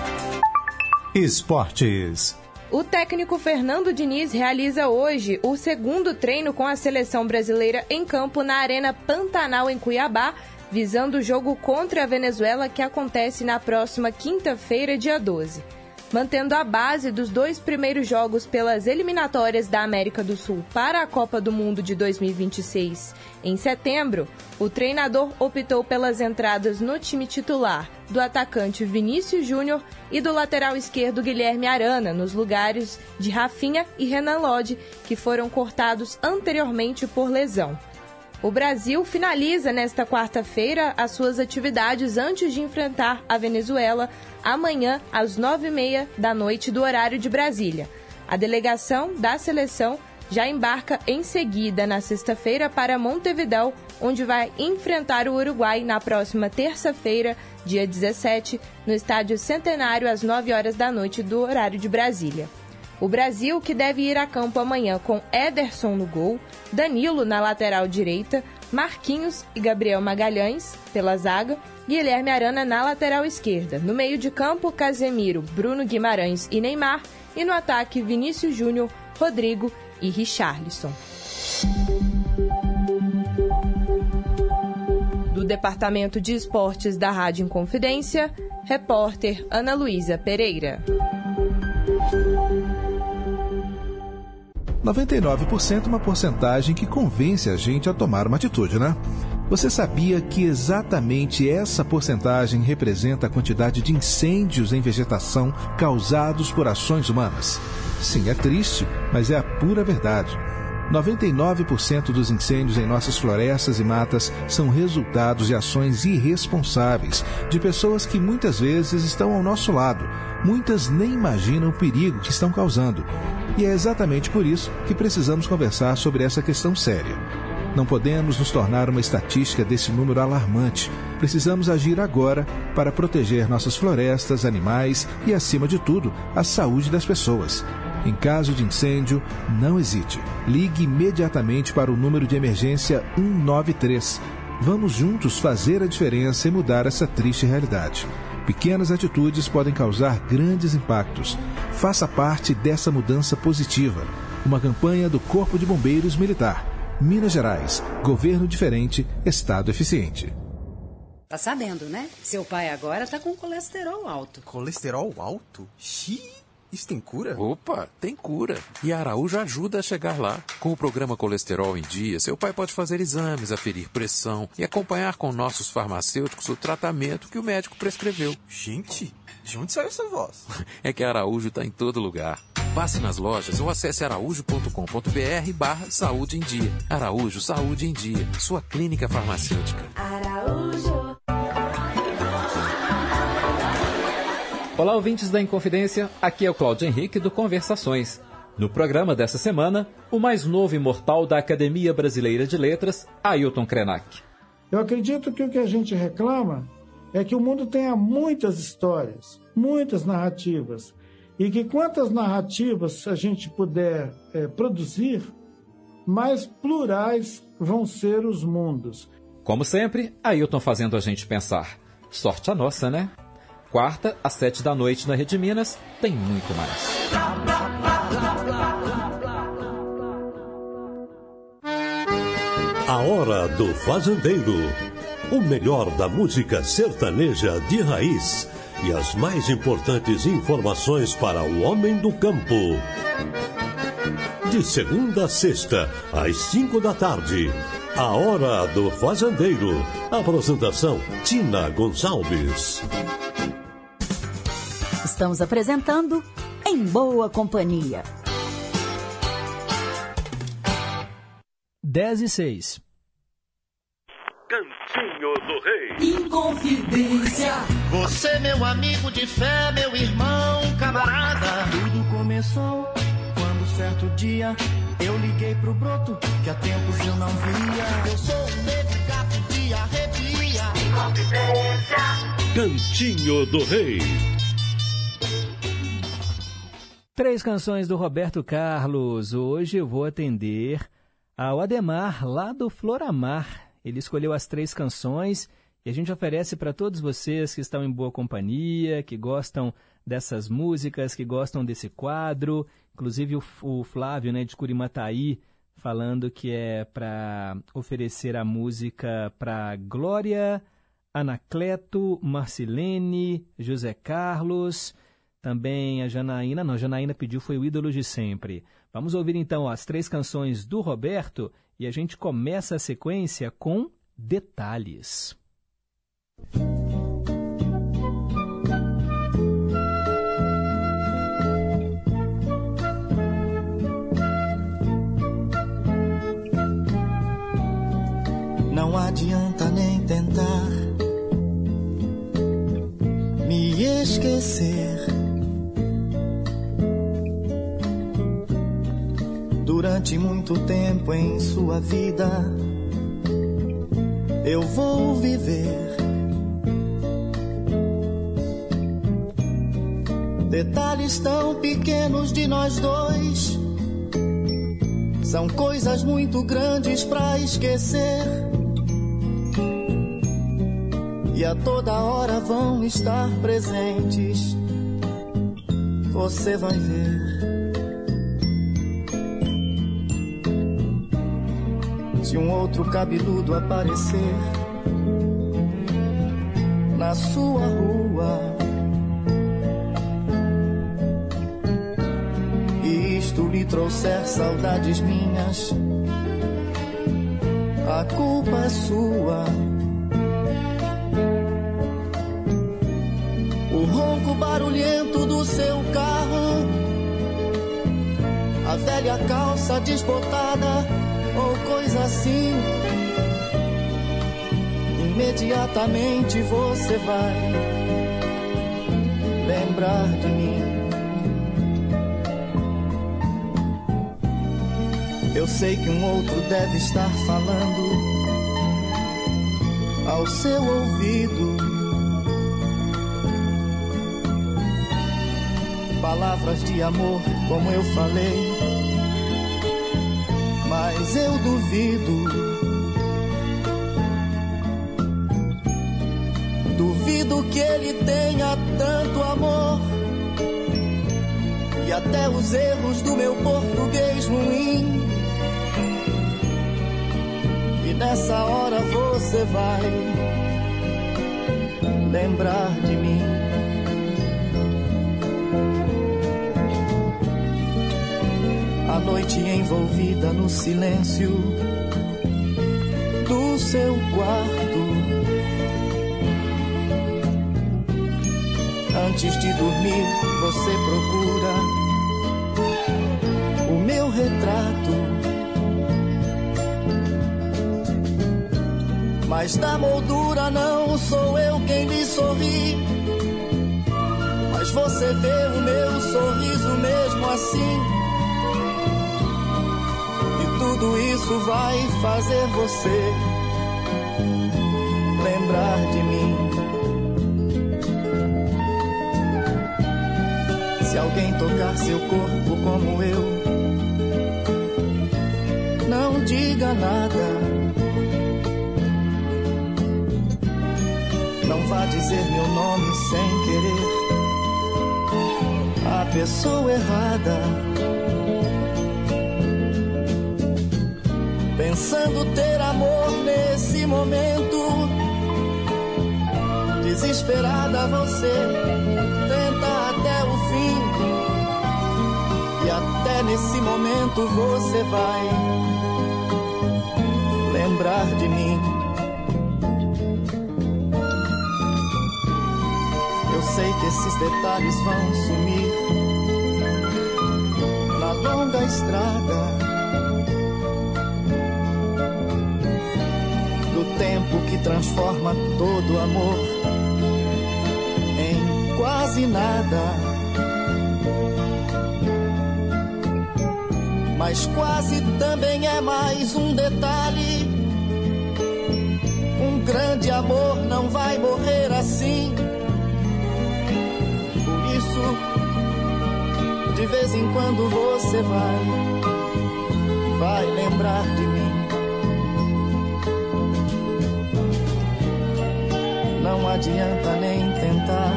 Esportes. O técnico Fernando Diniz realiza hoje o segundo treino com a seleção brasileira em campo na Arena Pantanal, em Cuiabá, visando o jogo contra a Venezuela que acontece na próxima quinta-feira, dia doze. Mantendo a base dos dois primeiros jogos pelas eliminatórias da América do Sul para a Copa do Mundo de dois mil e vinte e seis, em setembro, o treinador optou pelas entradas no time titular do atacante Vinícius Júnior e do lateral esquerdo Guilherme Arana, nos lugares de Rafinha e Renan Lodge, que foram cortados anteriormente por lesão. O Brasil finaliza nesta quarta-feira as suas atividades antes de enfrentar a Venezuela amanhã às nove e meia da noite do horário de Brasília. A delegação da seleção já embarca em seguida na sexta-feira para Montevidéu, onde vai enfrentar o Uruguai na próxima terça-feira, dia dezessete, no Estádio Centenário às nove horas da noite do horário de Brasília. O Brasil, que deve ir a campo amanhã com Ederson no gol, Danilo na lateral direita, Marquinhos e Gabriel Magalhães pela zaga, Guilherme Arana na lateral esquerda. No meio de campo, Casemiro, Bruno Guimarães e Neymar. E no ataque, Vinícius Júnior, Rodrigo e Richarlison. Do Departamento de Esportes da Rádio Inconfidência, repórter Ana Luísa Pereira. noventa e nove por cento é uma porcentagem que convence a gente a tomar uma atitude, né? Você sabia que exatamente essa porcentagem representa a quantidade de incêndios em vegetação causados por ações humanas? Sim, é triste, mas é a pura verdade. noventa e nove por cento dos incêndios em nossas florestas e matas são resultados de ações irresponsáveis, de pessoas que muitas vezes estão ao nosso lado. Muitas nem imaginam o perigo que estão causando. E é exatamente por isso que precisamos conversar sobre essa questão séria. Não podemos nos tornar uma estatística desse número alarmante. Precisamos agir agora para proteger nossas florestas, animais e, acima de tudo, a saúde das pessoas. Em caso de incêndio, não hesite. Ligue imediatamente para o número de emergência um nove três. Vamos juntos fazer a diferença e mudar essa triste realidade. Pequenas atitudes podem causar grandes impactos. Faça parte dessa mudança positiva. Uma campanha do Corpo de Bombeiros Militar. Minas Gerais. Governo diferente, Estado eficiente. Tá sabendo, né? Seu pai agora tá com colesterol alto. Colesterol alto? Xiii! Isso tem cura? Opa, tem cura. E a Araújo ajuda a chegar lá. Com o programa Colesterol em Dia, seu pai pode fazer exames, aferir pressão e acompanhar com nossos farmacêuticos o tratamento que o médico prescreveu. Gente, de onde saiu essa voz? É que a Araújo está em todo lugar. Passe nas lojas ou acesse araújo ponto com ponto br barra saúde em dia. Araújo Saúde em Dia, sua clínica farmacêutica. Araújo. Olá, ouvintes da Inconfidência, aqui é o Cláudio Henrique do Conversações. No programa dessa semana, o mais novo imortal da Academia Brasileira de Letras, Ailton Krenak. Eu acredito que o que a gente reclama é que o mundo tenha muitas histórias, muitas narrativas, e que quantas narrativas a gente puder é, produzir, mais plurais vão ser os mundos. Como sempre, Ailton fazendo a gente pensar. Sorte a nossa, né? Quarta, às sete da noite na Rede Minas, tem muito mais. A Hora do Fazendeiro. O melhor da música sertaneja de raiz e as mais importantes informações para o homem do campo. De segunda a sexta, às cinco da tarde. A Hora do Fazendeiro. Apresentação: Tina Gonçalves. Estamos apresentando Em Boa Companhia. dez e seis. Cantinho do Rei. Inconfidência. Você, meu amigo de fé, meu irmão, camarada. Tudo começou quando certo dia eu liguei pro broto que há tempos eu não via. Eu sou um negro gato de arrepia. Inconfidência. Cantinho do Rei. Três canções do Roberto Carlos. Hoje eu vou atender ao Ademar, lá do Floramar. Ele escolheu as três canções e a gente oferece para todos vocês que estão em boa companhia, que gostam dessas músicas, que gostam desse quadro. Inclusive o, o Flávio, né, de Curimataí, falando que é para oferecer a música para Glória, Anacleto, Marcilene, José Carlos... Também a Janaína, não, a Janaína pediu, foi o Ídolo de Sempre. Vamos ouvir então as três canções do Roberto e a gente começa a sequência com Detalhes. Não adianta nem tentar me esquecer. Durante muito tempo em sua vida eu vou viver detalhes tão pequenos de nós dois. São coisas muito grandes pra esquecer e a toda hora vão estar presentes. Você vai ver. Se um outro cabeludo aparecer na sua rua e isto lhe trouxer saudades minhas, a culpa é sua. O ronco barulhento do seu carro, a velha calça desbotada ou coisa assim, imediatamente você vai lembrar de mim. Eu sei que um outro deve estar falando ao seu ouvido palavras de amor, como eu falei, mas eu duvido, duvido que ele tenha tanto amor e até os erros do meu português ruim. E nessa hora você vai lembrar de mim. A noite envolvida no silêncio do seu quarto, antes de dormir você procura o meu retrato, mas da moldura não sou eu quem lhe sorri, mas você vê o meu sorriso mesmo assim. E tudo isso vai fazer você lembrar de mim. Se alguém tocar seu corpo como eu, não diga nada. Não vá dizer meu nome sem querer a pessoa errada. Pensando ter amor nesse momento, desesperada você tenta até o fim. E até nesse momento você vai lembrar de mim. Eu sei que esses detalhes vão sumir na longa estrada do tempo que transforma todo amor em quase nada. Mas quase também é mais um detalhe. Um grande amor não vai morrer assim. Por isso, de vez em quando você vai, vai lembrar de mim. Não adianta nem tentar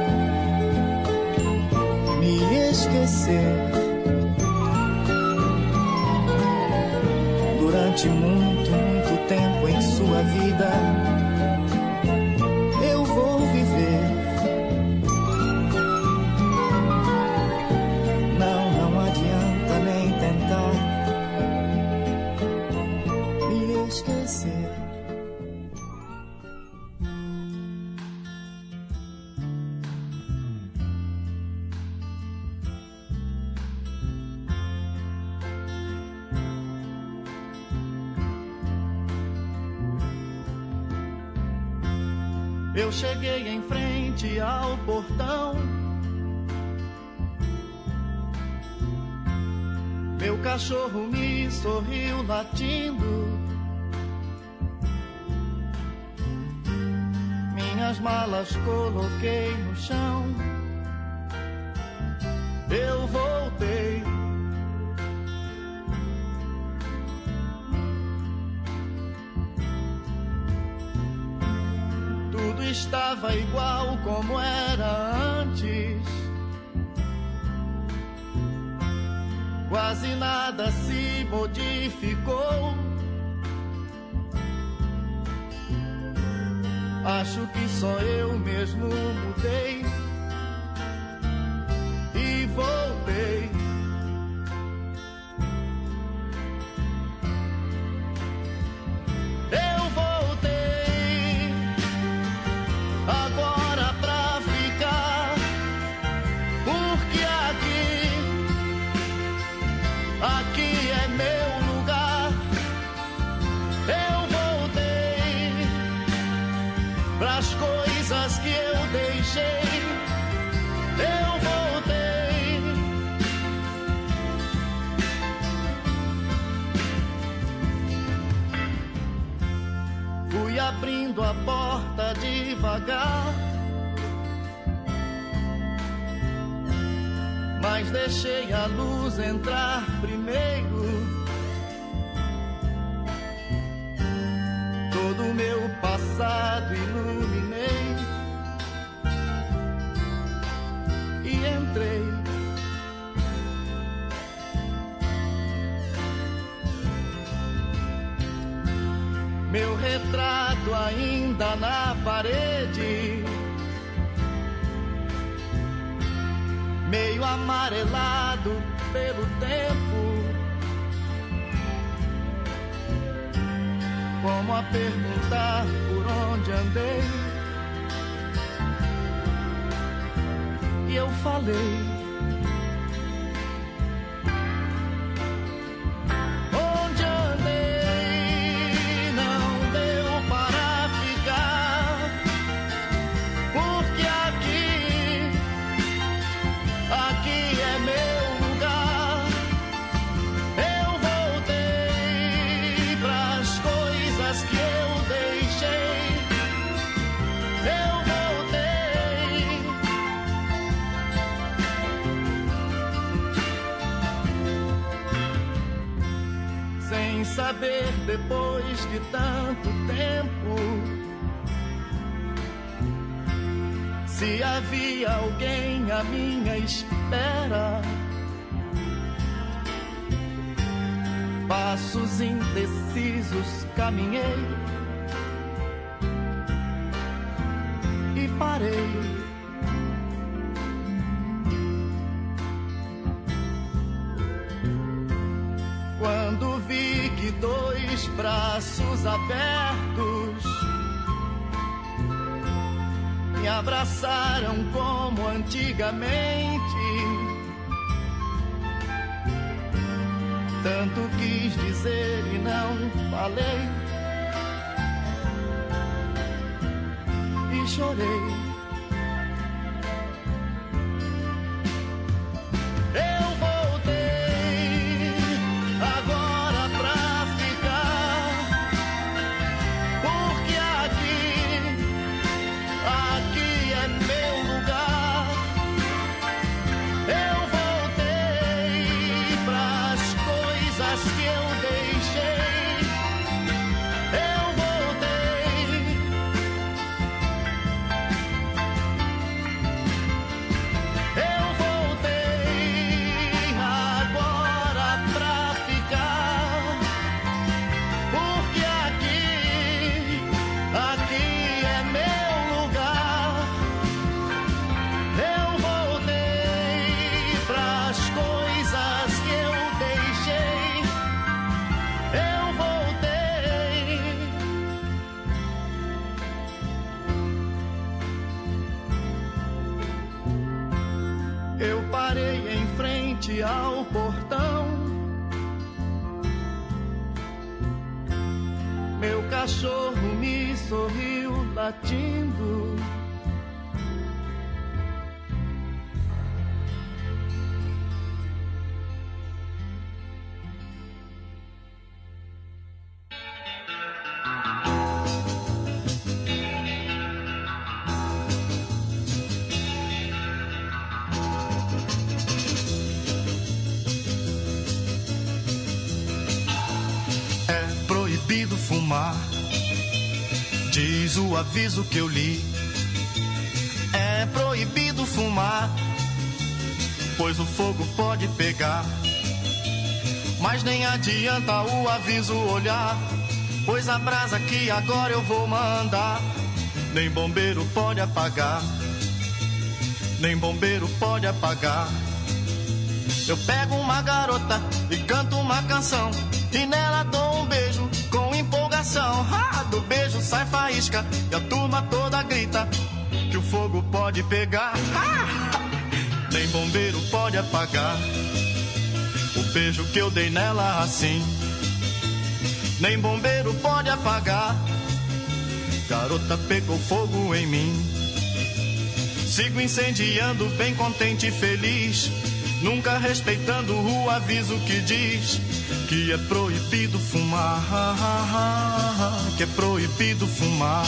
me esquecer. Durante muito, muito tempo em sua vida, eu vou viver. Não, não adianta nem tentar me esquecer. Eu cheguei em frente ao portão. Meu cachorro me sorriu latindo. Minhas malas coloquei no chão. Eu voltei. Tudo estava igual como era antes. Quase nada se modificou. Acho que só eu mesmo mudei e voltei. Agora pra ficar, porque aqui, aqui é meu lugar. Eu voltei pras coisas que eu deixei. Eu voltei. Fui abrindo a porta devagar, mas deixei a luz entrar primeiro. Todo o meu passado iluminei e entrei. Meu retrato ainda na parede, meio amarelado pelo tempo, como a perguntar por onde andei. E eu falei: saber depois de tanto tempo se havia alguém à minha espera. Passos indecisos caminhei e parei. Quando vi que dois braços abertos me abraçaram como antigamente, tanto quis dizer e não falei, e chorei. Ao portão, meu cachorro me sorriu latindo. Fumar, diz o aviso que eu li. É proibido fumar, pois o fogo pode pegar. Mas nem adianta o aviso olhar, pois a brasa que agora eu vou mandar, nem bombeiro pode apagar, nem bombeiro pode apagar. Eu pego uma garota e canto uma canção, e nela dou um beijo com empolgação. Ah, do beijo sai faísca e a turma toda grita que o fogo pode pegar. Ah, nem bombeiro pode apagar o beijo que eu dei nela assim. Nem bombeiro pode apagar. Garota pegou fogo em mim. Sigo incendiando bem contente e feliz, nunca respeitando o aviso que diz que é proibido fumar, que é proibido fumar.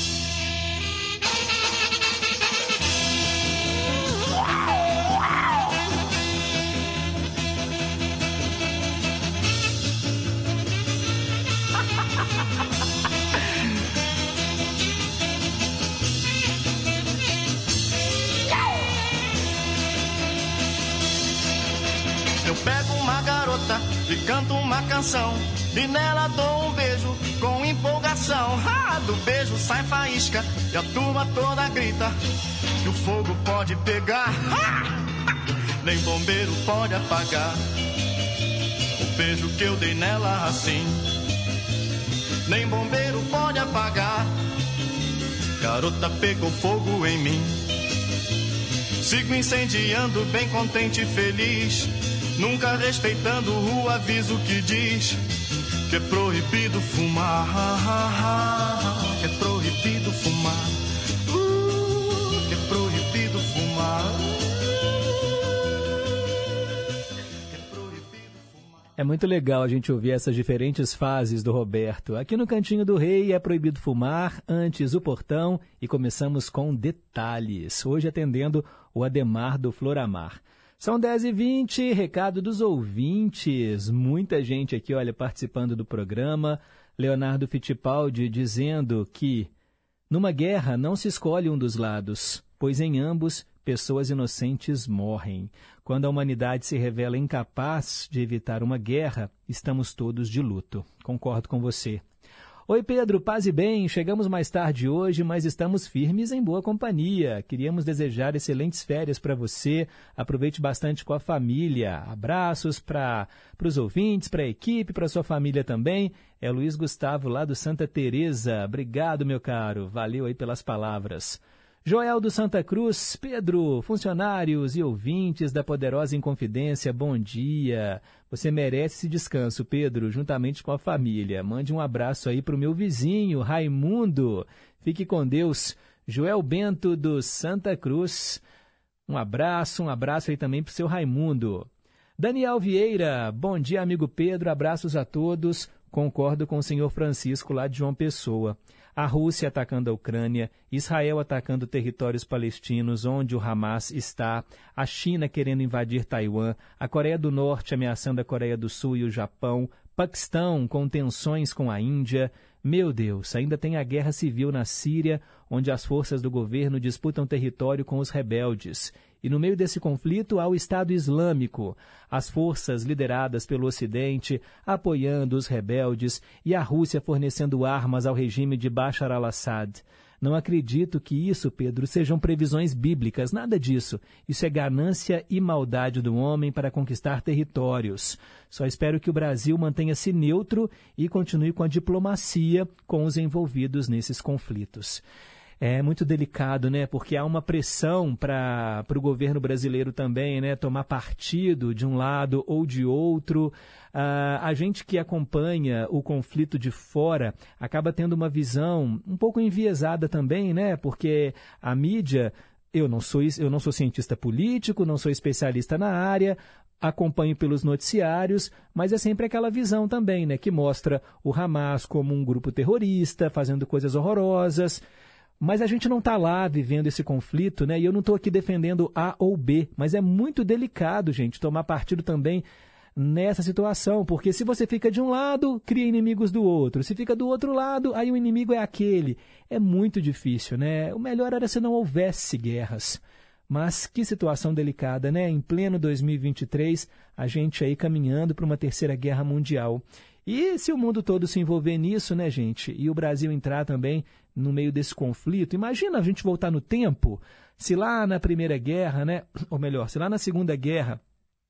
Eu pego uma garota e canto uma canção, e nela dou um beijo com empolgação. Ah, do beijo sai faísca e a turma toda grita que o fogo pode pegar. Ah, nem bombeiro pode apagar o beijo que eu dei nela assim. Nem bombeiro pode apagar. Garota pegou fogo em mim. Sigo incendiando bem contente e feliz, nunca respeitando o aviso que diz que é proibido fumar, que é proibido fumar, uh, que é proibido fumar. É muito legal a gente ouvir essas diferentes fases do Roberto. Aqui no Cantinho do Rei é proibido fumar, antes o portão, e começamos com detalhes. Hoje atendendo o Ademar do Floramar. São dez e vinte, recado dos ouvintes. Muita gente aqui, olha, participando do programa. Leonardo Fittipaldi dizendo que numa guerra não se escolhe um dos lados, pois em ambos pessoas inocentes morrem. Quando a humanidade se revela incapaz de evitar uma guerra, estamos todos de luto. Concordo com você. Oi, Pedro, paz e bem. Chegamos mais tarde hoje, mas estamos firmes em boa companhia. Queríamos desejar excelentes férias para você. Aproveite bastante com a família. Abraços para os ouvintes, para a equipe, para sua família também. É Luiz Gustavo, lá do Santa Teresa. Obrigado, meu caro. Valeu aí pelas palavras. Joel do Santa Cruz, Pedro, funcionários e ouvintes da Poderosa Inconfidência, bom dia. Você merece esse descanso, Pedro, juntamente com a família. Mande um abraço aí para o meu vizinho, Raimundo. Fique com Deus. Joel Bento do Santa Cruz. Um abraço, um abraço aí também para o seu Raimundo. Daniel Vieira, bom dia, amigo Pedro, abraços a todos. Concordo com o senhor Francisco lá de João Pessoa. A Rússia atacando a Ucrânia, Israel atacando territórios palestinos onde o Hamas está, a China querendo invadir Taiwan, a Coreia do Norte ameaçando a Coreia do Sul e o Japão, Paquistão com tensões com a Índia. Meu Deus, ainda tem a guerra civil na Síria, onde as forças do governo disputam território com os rebeldes. E no meio desse conflito há o Estado Islâmico, as forças lideradas pelo Ocidente apoiando os rebeldes e a Rússia fornecendo armas ao regime de Bashar al-Assad. Não acredito que isso, Pedro, sejam previsões bíblicas, nada disso. Isso é ganância e maldade do homem para conquistar territórios. Só espero que o Brasil mantenha-se neutro e continue com a diplomacia com os envolvidos nesses conflitos. É muito delicado, né? Porque há uma pressão para o governo brasileiro também, né? Tomar partido de um lado ou de outro. Ah, a gente que acompanha o conflito de fora acaba tendo uma visão um pouco enviesada também, né? Porque a mídia, eu não sou, eu não sou cientista político, não sou especialista na área, acompanho pelos noticiários, mas é sempre aquela visão também, né? Que mostra o Hamas como um grupo terrorista, fazendo coisas horrorosas. Mas a gente não está lá vivendo esse conflito, né? E eu não estou aqui defendendo A ou B, mas é muito delicado, gente, tomar partido também nessa situação, porque se você fica de um lado, cria inimigos do outro. Se fica do outro lado, aí o inimigo é aquele. É muito difícil, né? O melhor era se não houvesse guerras. Mas que situação delicada, né? Em pleno dois mil e vinte e três, a gente aí caminhando para uma terceira guerra mundial. E se o mundo todo se envolver nisso, né, gente, e o Brasil entrar também no meio desse conflito, imagina a gente voltar no tempo, se lá na Primeira Guerra, né, ou melhor, se lá na Segunda Guerra,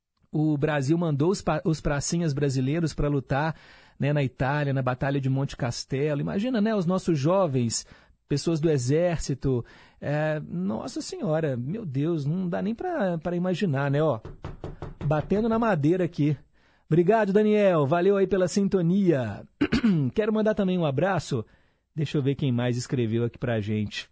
o Brasil mandou os, os pracinhas brasileiros para lutar, né, na Itália, na Batalha de Monte Castelo, imagina, né, os nossos jovens, pessoas do Exército, é, nossa senhora, meu Deus, não dá nem para imaginar, né, ó, batendo na madeira aqui. Obrigado, Daniel. Valeu aí pela sintonia. Quero mandar também um abraço. Deixa eu ver quem mais escreveu aqui pra gente.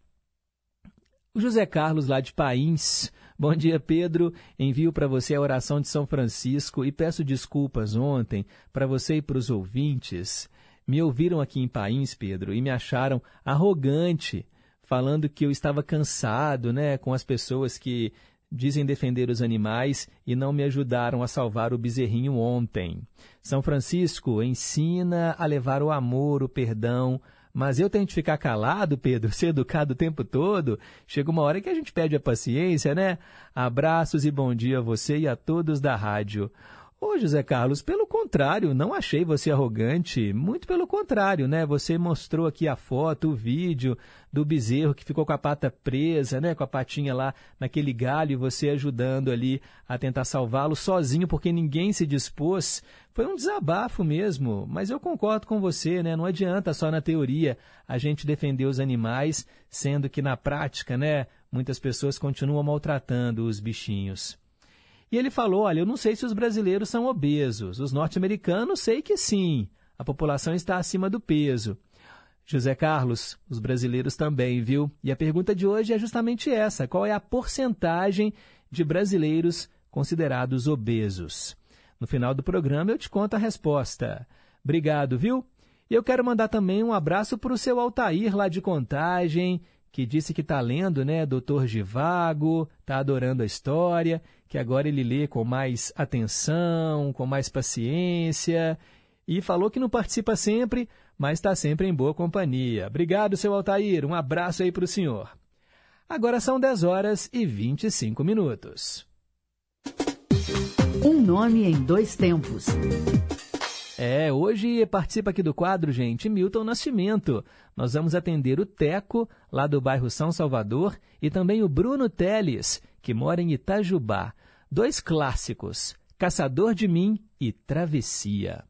O José Carlos, lá de Pains. Bom dia, Pedro. Envio para você a oração de São Francisco e peço desculpas ontem para você e para os ouvintes. Me ouviram aqui em Pains, Pedro, e me acharam arrogante, falando que eu estava cansado, né, com as pessoas que dizem defender os animais e não me ajudaram a salvar o bezerrinho ontem. São Francisco ensina a levar o amor, o perdão, mas eu tenho que ficar calado, Pedro, ser educado o tempo todo. Chega uma hora que a gente perde a paciência, né? Abraços e bom dia a você e a todos da rádio. Ô, José Carlos, pelo contrário, não achei você arrogante, muito pelo contrário, né? Você mostrou aqui a foto, o vídeo do bezerro que ficou com a pata presa, né? Com a patinha lá naquele galho e você ajudando ali a tentar salvá-lo sozinho porque ninguém se dispôs. Foi um desabafo mesmo, mas eu concordo com você, né? Não adianta só na teoria a gente defender os animais, sendo que na prática, né? Muitas pessoas continuam maltratando os bichinhos. E ele falou, olha, eu não sei se os brasileiros são obesos, os norte-americanos sei que sim, a população está acima do peso. José Carlos, os brasileiros também, viu? E a pergunta de hoje é justamente essa, qual é a porcentagem de brasileiros considerados obesos? No final do programa eu te conto a resposta. Obrigado, viu? E eu quero mandar também um abraço para o seu Altair lá de Contagem, que disse que está lendo, né, doutor Zhivago, está adorando a história, que agora ele lê com mais atenção, com mais paciência, e falou que não participa sempre, mas está sempre em boa companhia. Obrigado, seu Altair, um abraço aí para o senhor. Agora são dez horas e vinte e cinco minutos. Um nome em dois tempos. É, hoje participa aqui do quadro, gente, Milton Nascimento. Nós vamos atender o Teco, lá do bairro São Salvador, e também o Bruno Teles, que mora em Itajubá. Dois clássicos, Caçador de Mim e Travessia.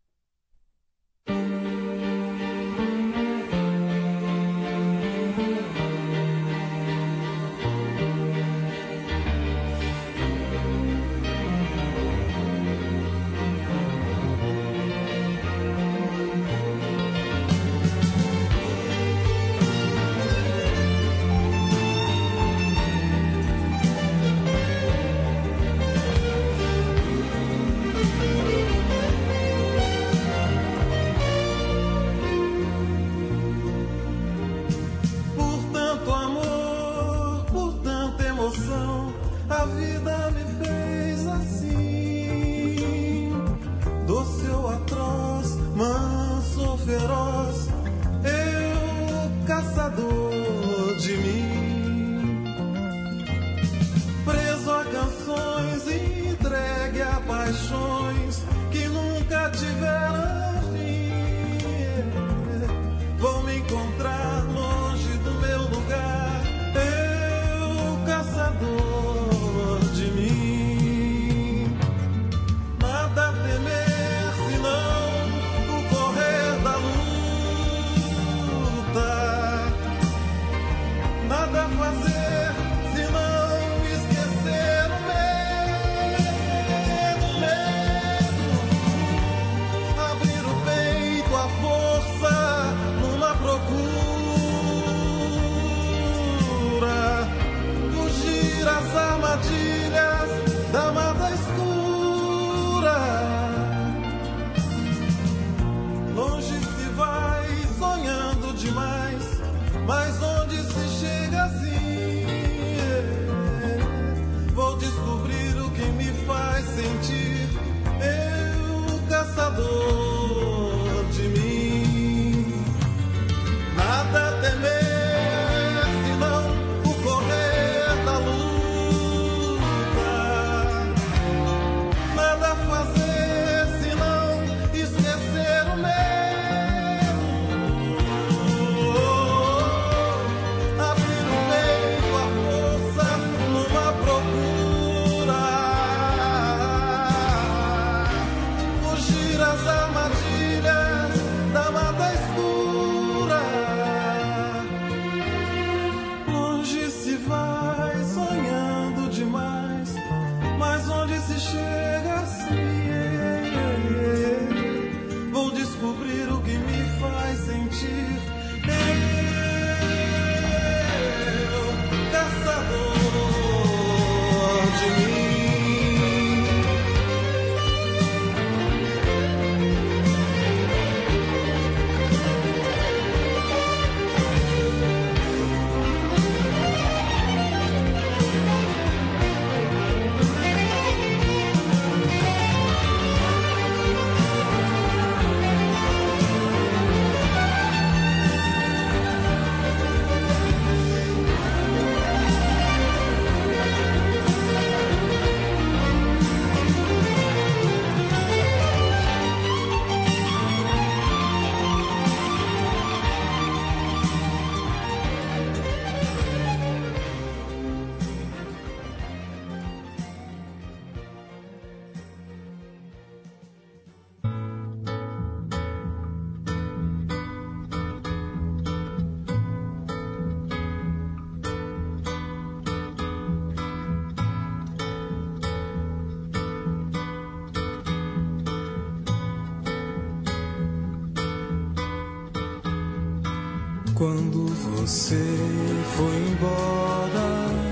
Quando você foi embora,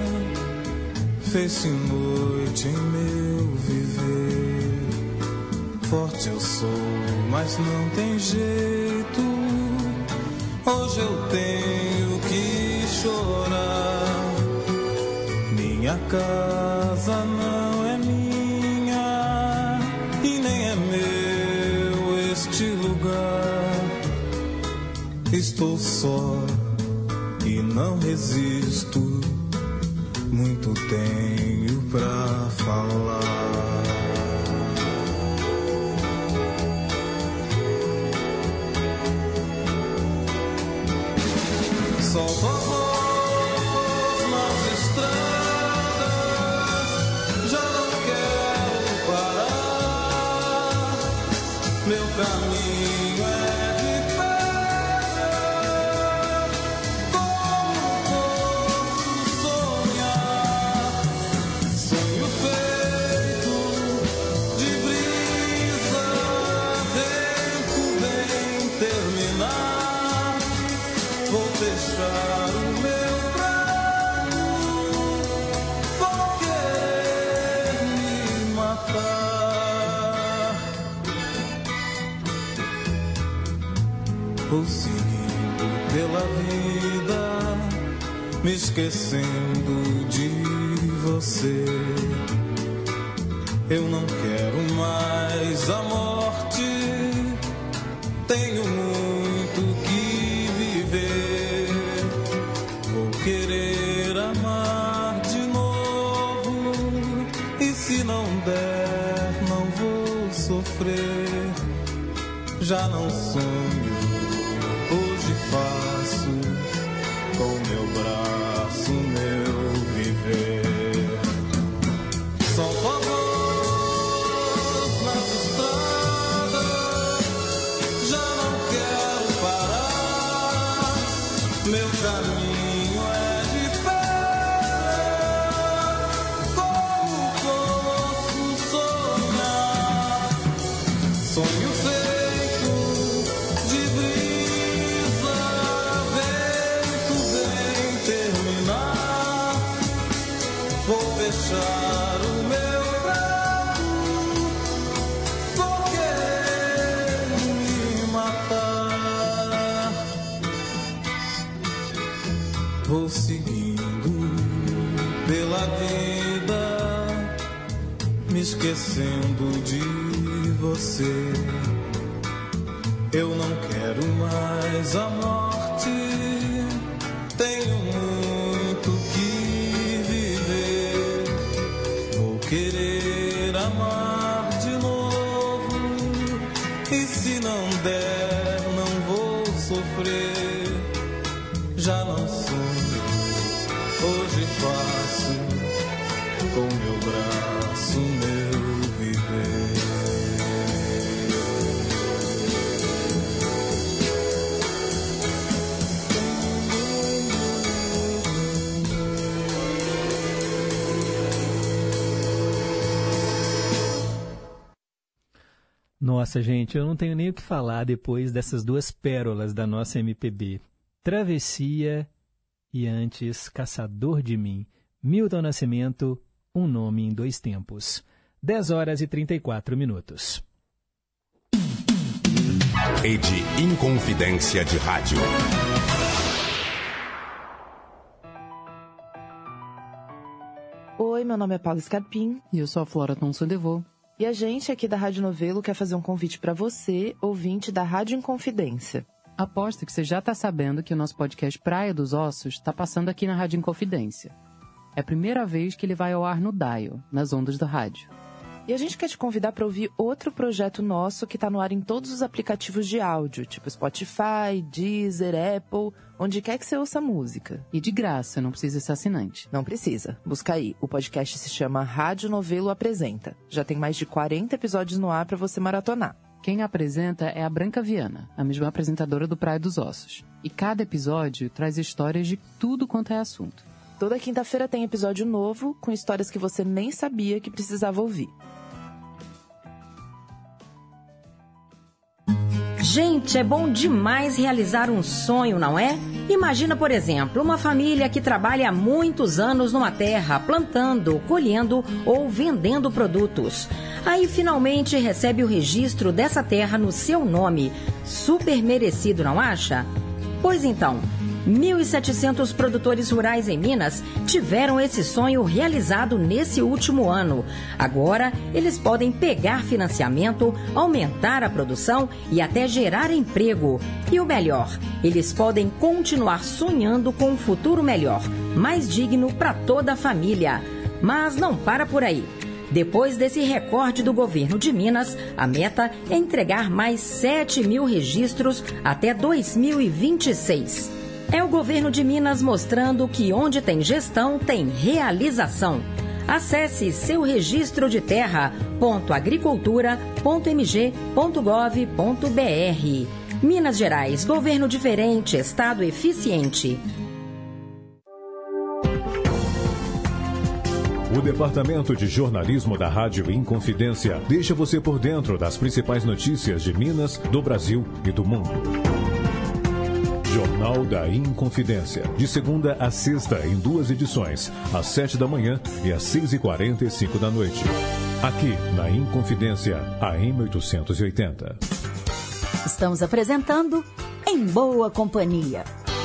fez-se noite em meu viver. Forte eu sou, mas não tem jeito. Hoje eu tenho que chorar. Minha casa não é minha e nem é meu este lugar. Estou só e não resisto, muito tenho pra falar. Solto a voz nas estradas, já não quero parar. Meu caminho é de pedra, como posso sonhar? Sonho feito de brisa, vento vem terminar. Vou deixar o meu prato, vou querer me matar. Vou seguindo pela vida, me esquecendo de você. Eu não quero mais a morte, tenho muito que vou querer amar de novo, e se não der, não vou sofrer. Já não sonho, hoje faço com meu braço meu viver. Solto a voz nas estradas, já não quero parar. Meu caminho é de pedra, como posso sonhar? Sonho feito de brisa, vento vem terminar. Vou fechar o meu prato, vou querer me matar. Vou seguindo pela vida, me esquecendo de você. Eu não quero mais a morte, tenho muito que viver. Vou querer amar de novo, e se não der, não vou sofrer. Já não sonho, hoje faço com meu braço meu viver. Nossa, gente, eu não tenho nem o que falar depois dessas duas pérolas da nossa M P B. Travessia e antes Caçador de Mim. Milton Nascimento, Um Nome em Dois Tempos. dez horas e trinta e quatro minutos. Rede Inconfidência de Rádio. Oi, meu nome é Paula Scarpim. E eu sou a Flora Thomson Devô. E a gente aqui da Rádio Novelo quer fazer um convite para você, ouvinte da Rádio Inconfidência. Aposto que você já está sabendo que o nosso podcast Praia dos Ossos está passando aqui na Rádio Inconfidência. É a primeira vez que ele vai ao ar no Dial, nas ondas do rádio. E a gente quer te convidar para ouvir outro projeto nosso que está no ar em todos os aplicativos de áudio, tipo Spotify, Deezer, Apple, onde quer que você ouça música. E de graça, não precisa ser assinante. Não precisa. Busca aí. O podcast se chama Rádio Novelo Apresenta. Já tem mais de quarenta episódios no ar para você maratonar. Quem apresenta é a Branca Viana, a mesma apresentadora do Praia dos Ossos. E cada episódio traz histórias de tudo quanto é assunto. Toda quinta-feira tem episódio novo, com histórias que você nem sabia que precisava ouvir. Gente, é bom demais realizar um sonho, não é? Imagina, por exemplo, uma família que trabalha há muitos anos numa terra, plantando, colhendo ou vendendo produtos. Aí, finalmente, recebe o registro dessa terra no seu nome. Super merecido, não acha? Pois então, mil e setecentos produtores rurais em Minas tiveram esse sonho realizado nesse último ano. Agora, eles podem pegar financiamento, aumentar a produção e até gerar emprego. E o melhor, eles podem continuar sonhando com um futuro melhor, mais digno para toda a família. Mas não para por aí. Depois desse recorde do governo de Minas, a meta é entregar mais sete mil registros até dois mil e vinte e seis. É o governo de Minas mostrando que onde tem gestão, tem realização. Acesse seu registro de terra ponto agricultura ponto m g ponto gov ponto b r. Minas Gerais, governo diferente, estado eficiente. O Departamento de Jornalismo da Rádio Inconfidência deixa você por dentro das principais notícias de Minas, do Brasil e do mundo. Jornal da Inconfidência, de segunda a sexta em duas edições, às sete da manhã e às seis e quarenta e cinco da noite. Aqui na Inconfidência, A M oitocentos e oitenta. Estamos apresentando Em Boa Companhia.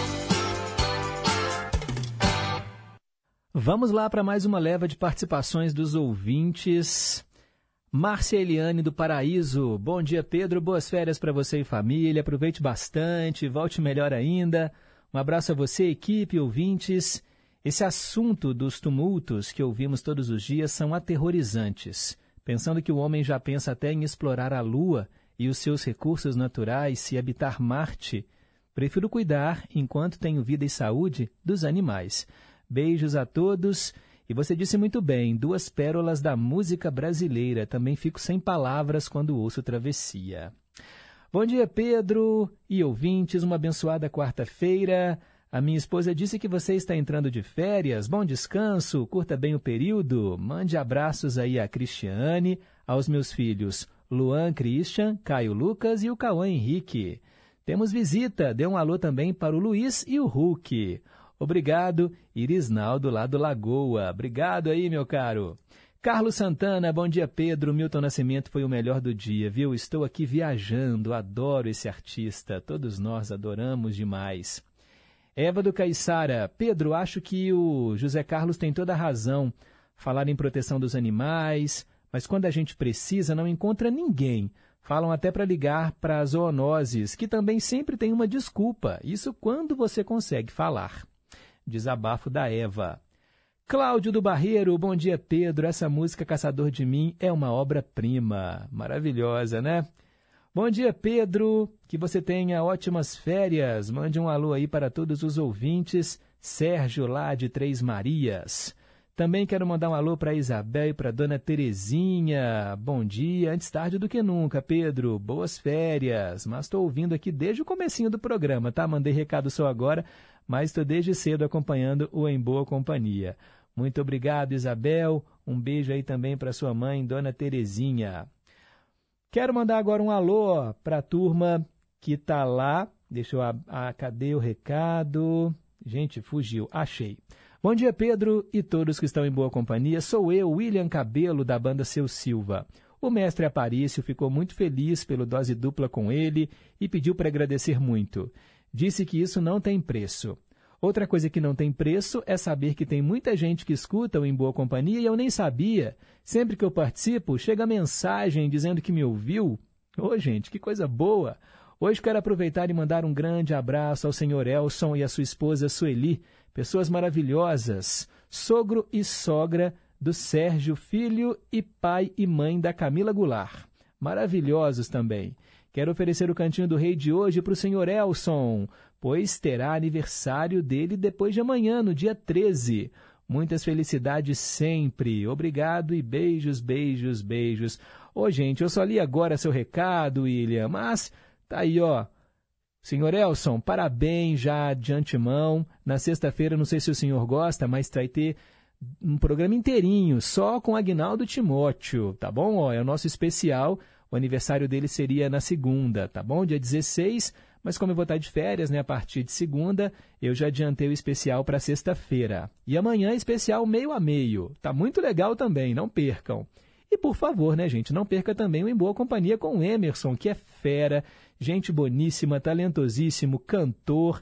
Vamos lá para mais uma leva de participações dos ouvintes. Márcia Eliane do Paraíso. Bom dia, Pedro. Boas férias para você e família. Aproveite bastante, volte melhor ainda. Um abraço a você, equipe, ouvintes. Esse assunto dos tumultos que ouvimos todos os dias são aterrorizantes. Pensando que o homem já pensa até em explorar a Lua e os seus recursos naturais e habitar Marte, prefiro cuidar, enquanto tenho vida e saúde, dos animais. Beijos a todos. E você disse muito bem, duas pérolas da música brasileira. Também fico sem palavras quando ouço Travessia. Bom dia, Pedro e ouvintes. Uma abençoada quarta-feira. A minha esposa disse que você está entrando de férias. Bom descanso, curta bem o período. Mande abraços aí a Cristiane, aos meus filhos Luan Christian, Caio Lucas e o Cauã Henrique. Temos visita. Dê um alô também para o Luiz e o Hulk. Obrigado, Irisnaldo lá do Lagoa. Obrigado aí, meu caro. Carlos Santana, bom dia, Pedro. Milton Nascimento foi o melhor do dia, viu? Estou aqui viajando, adoro esse artista. Todos nós adoramos demais. Eva do Caiçara, Pedro, acho que o José Carlos tem toda a razão. Falar em proteção dos animais, mas quando a gente precisa não encontra ninguém. Falam até para ligar para as zoonoses, que também sempre tem uma desculpa. Isso quando você consegue falar. Desabafo da Eva. Cláudio do Barreiro, bom dia, Pedro. Essa música Caçador de Mim é uma obra-prima. Maravilhosa, né? Bom dia, Pedro. Que você tenha ótimas férias. Mande um alô aí para todos os ouvintes. Sérgio, lá de Três Marias. Também quero mandar um alô para a Isabel e para a dona Terezinha. Bom dia, antes tarde do que nunca, Pedro. Boas férias. Mas estou ouvindo aqui desde o comecinho do programa, tá? Mandei recado só agora, mas estou desde cedo acompanhando o Em Boa Companhia. Muito obrigado, Isabel. Um beijo aí também para sua mãe, dona Terezinha. Quero mandar agora um alô para a turma que está lá. Deixa eu... Ah, cadê o recado? Gente, fugiu. Achei. Bom dia, Pedro e todos que estão em boa companhia. Sou eu, William Cabelo, da banda Seu Silva. O mestre Aparício ficou muito feliz pelo dose dupla com ele e pediu para agradecer muito. Disse que isso não tem preço. Outra coisa que não tem preço é saber que tem muita gente que escuta o Em Boa Companhia e eu nem sabia. Sempre que eu participo, chega mensagem dizendo que me ouviu. Ô, gente, que coisa boa! Hoje quero aproveitar e mandar um grande abraço ao senhor Elson e à sua esposa Sueli, pessoas maravilhosas, sogro e sogra do Sérgio, filho e pai e mãe da Camila Goulart. Maravilhosos também. Quero oferecer o Cantinho do Rei de hoje para o senhor Elson, pois terá aniversário dele depois de amanhã, no dia treze. Muitas felicidades sempre. Obrigado e beijos, beijos, beijos. Ô, gente, eu só li agora seu recado, William, mas tá aí, ó. Senhor Elson, parabéns já de antemão. Na sexta-feira, não sei se o senhor gosta, mas vai ter um programa inteirinho, só com Aguinaldo Timóteo, tá bom? Ó, é o nosso especial. O aniversário dele seria na segunda, tá bom? Dia dezesseis, mas como eu vou estar de férias, né, a partir de segunda, eu já adiantei o especial para sexta-feira. E amanhã é especial meio a meio. Tá muito legal também, não percam. E por favor, né, gente, não perca também o Em Boa Companhia com o Emerson, que é fera, gente boníssima, talentosíssimo, cantor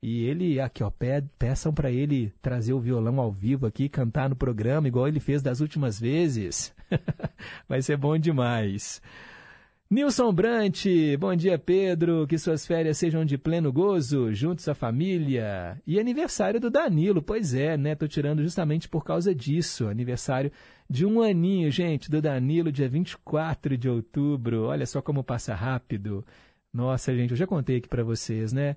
E ele, aqui ó, pe peçam para ele trazer o violão ao vivo aqui, cantar no programa, igual ele fez das últimas vezes. Vai ser bom demais. Nilson Brant, bom dia Pedro, que suas férias sejam de pleno gozo, juntos à família. E aniversário do Danilo, pois é, né? Tô tirando justamente por causa disso, aniversário de um aninho, gente, do Danilo, dia vinte e quatro de outubro. Olha só como passa rápido. Nossa, gente, eu já contei aqui para vocês, né?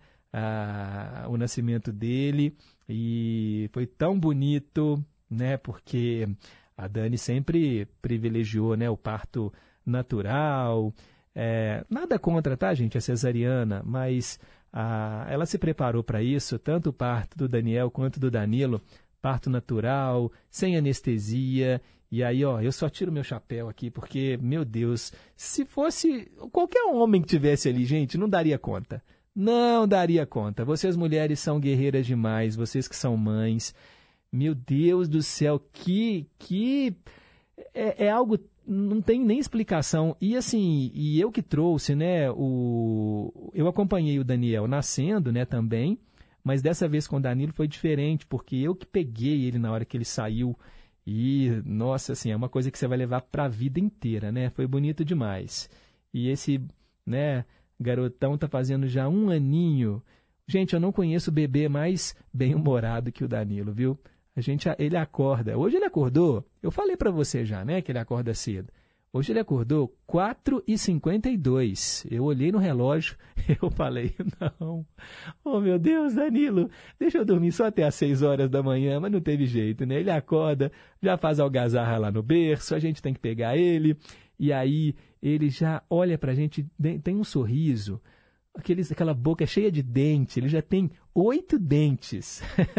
Ah, o nascimento dele e foi tão bonito, né? Porque a Dani sempre privilegiou, né, o parto natural. É, nada contra, tá, gente, a cesariana, mas ah, ela se preparou para isso, tanto o parto do Daniel quanto do Danilo, parto natural, sem anestesia. E aí, ó, eu só tiro meu chapéu aqui, porque, meu Deus, se fosse qualquer homem que tivesse ali, gente, não daria conta. Não daria conta. Vocês mulheres são guerreiras demais, vocês que são mães. Meu Deus do céu, que... que é, é algo... Não tem nem explicação. E assim, e eu que trouxe, né, o... eu acompanhei o Daniel nascendo, né, também, mas dessa vez com o Danilo foi diferente, porque eu que peguei ele na hora que ele saiu. E, nossa, assim, é uma coisa que você vai levar para a vida inteira, né? Foi bonito demais. E esse, né, garotão tá fazendo já um aninho. Gente, eu não conheço bebê mais bem-humorado que o Danilo, viu? A gente, ele acorda. Hoje ele acordou, eu falei para você já, né, que ele acorda cedo. Hoje ele acordou quatro e cinquenta e dois. Eu olhei no relógio, eu falei, não, oh meu Deus, Danilo, deixa eu dormir só até às seis horas da manhã, mas não teve jeito, né? Ele acorda, já faz algazarra lá no berço, a gente tem que pegar ele, e aí ele já olha pra gente, tem um sorriso, aqueles, aquela boca cheia de dente, ele já tem oito dentes.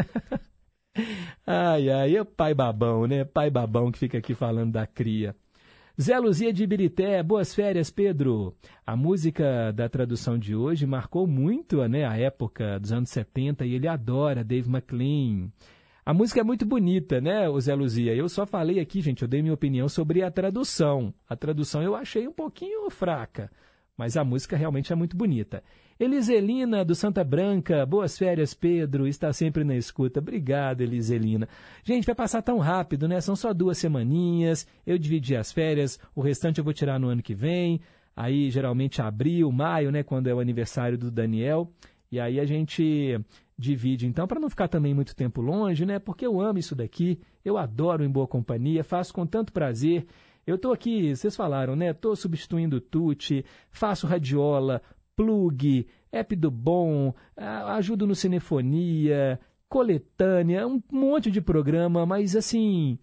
Ai, ai, é o pai babão, né? Pai babão que fica aqui falando da cria. Zé Luzia de Ibirité, boas férias, Pedro. A música da tradução de hoje marcou muito, né, a época dos anos setenta e ele adora Dave McLean. A música é muito bonita, né, o Zé Luzia? Eu só falei aqui, gente, eu dei minha opinião sobre a tradução. A tradução eu achei um pouquinho fraca, mas a música realmente é muito bonita. Eliselina, do Santa Branca, boas férias, Pedro, está sempre na escuta. Obrigado, Eliselina. Gente, vai passar tão rápido, né? São só duas semaninhas, eu dividi as férias, o restante eu vou tirar no ano que vem, aí geralmente abril, maio, né, quando é o aniversário do Daniel, e aí a gente divide, então, para não ficar também muito tempo longe, né, porque eu amo isso daqui, eu adoro Em Boa Companhia, faço com tanto prazer. Eu estou aqui, vocês falaram, né, estou substituindo o Tuti, faço radiola, plug, app do Bom, ajudo no Cinefonia, coletânea, um monte de programa, mas assim,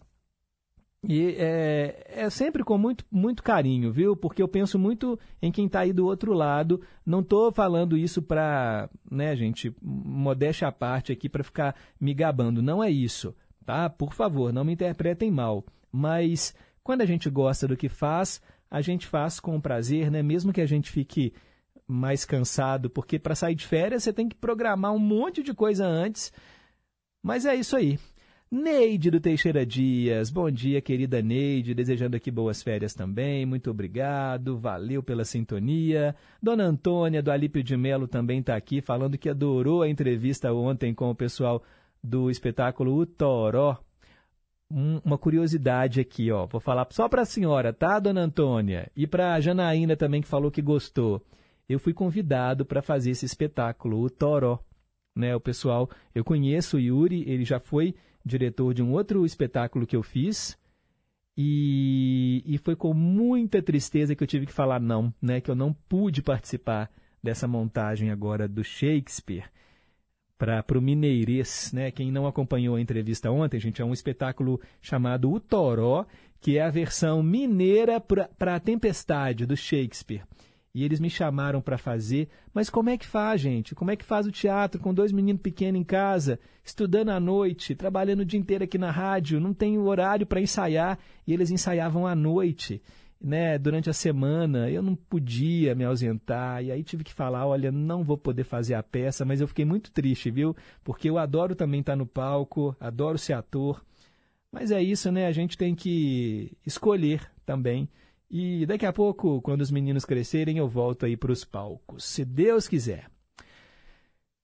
é, é sempre com muito, muito carinho, viu? Porque eu penso muito em quem está aí do outro lado. Não estou falando isso para, né, gente, modéstia à parte aqui para ficar me gabando. Não é isso, tá? Por favor, não me interpretem mal. Mas quando a gente gosta do que faz, a gente faz com prazer, né? Mesmo que a gente fique mais cansado, porque para sair de férias você tem que programar um monte de coisa antes, mas é isso aí. Neide do Teixeira Dias, bom dia, querida Neide, desejando aqui boas férias também, muito obrigado, valeu pela sintonia. Dona Antônia do Alípio de Melo também está aqui, falando que adorou a entrevista ontem com o pessoal do espetáculo O Toró. Um, uma curiosidade aqui, ó, vou falar só para a senhora, tá, Dona Antônia? E para a Janaína também, que falou que gostou. Eu fui convidado para fazer esse espetáculo, o Toró, né? O pessoal, eu conheço o Yuri, ele já foi diretor de um outro espetáculo que eu fiz, e, e foi com muita tristeza que eu tive que falar não, né? Que eu não pude participar dessa montagem agora do Shakespeare para o Mineirês, né? Quem não acompanhou a entrevista ontem, gente, é um espetáculo chamado O Toró, que é a versão mineira para a Tempestade do Shakespeare. E eles me chamaram para fazer, mas como é que faz, gente? Como é que faz o teatro com dois meninos pequenos em casa, estudando à noite, trabalhando o dia inteiro aqui na rádio, não tem horário para ensaiar, e eles ensaiavam à noite, né, durante a semana, eu não podia me ausentar, e aí tive que falar, olha, não vou poder fazer a peça, mas eu fiquei muito triste, viu? Porque eu adoro também estar no palco, adoro ser ator, mas é isso, né, a gente tem que escolher também. E daqui a pouco, quando os meninos crescerem, eu volto aí para os palcos, se Deus quiser.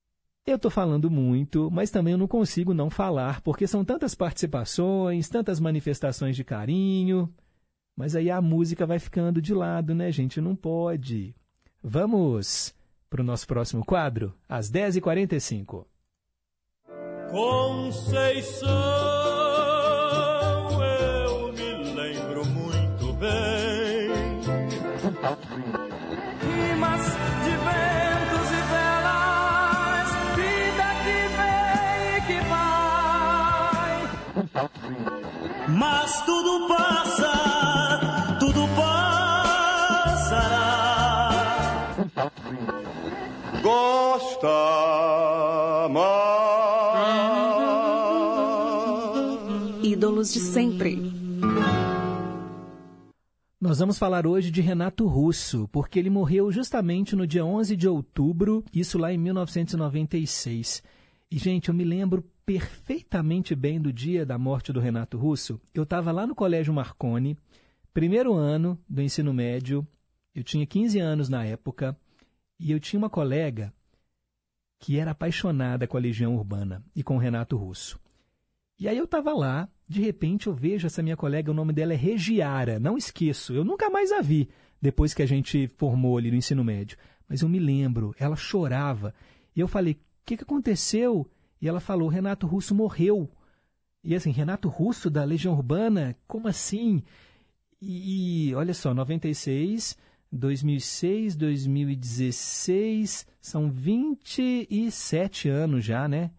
Eu estou falando muito, mas também eu não consigo não falar, porque são tantas participações, tantas manifestações de carinho, mas aí a música vai ficando de lado, né, gente? Não pode. Vamos para o nosso próximo quadro, às dez e quarenta e cinco. Conceição, eu me lembro muito bem. Rimas de ventos e velas, vida que vem e que vai. Mas tudo passa, tudo passará. Gosta mais. Ídolos de sempre. Nós vamos falar hoje de Renato Russo, porque ele morreu justamente no dia onze de outubro, isso lá em mil novecentos e noventa e seis. E, gente, eu me lembro perfeitamente bem do dia da morte do Renato Russo. Eu estava lá no Colégio Marconi, primeiro ano do ensino médio, eu tinha quinze anos na época, e eu tinha uma colega que era apaixonada com a Legião Urbana e com o Renato Russo. E aí eu estava lá, de repente eu vejo essa minha colega, o nome dela é Regiara, não esqueço, eu nunca mais a vi depois que a gente formou ali no ensino médio. Mas eu me lembro, ela chorava, e eu falei, o que, que aconteceu? E ela falou, Renato Russo morreu. E assim, Renato Russo da Legião Urbana? Como assim? E, e olha só, noventa e seis, dois mil e seis, dois mil e dezesseis, são vinte e sete anos já, né?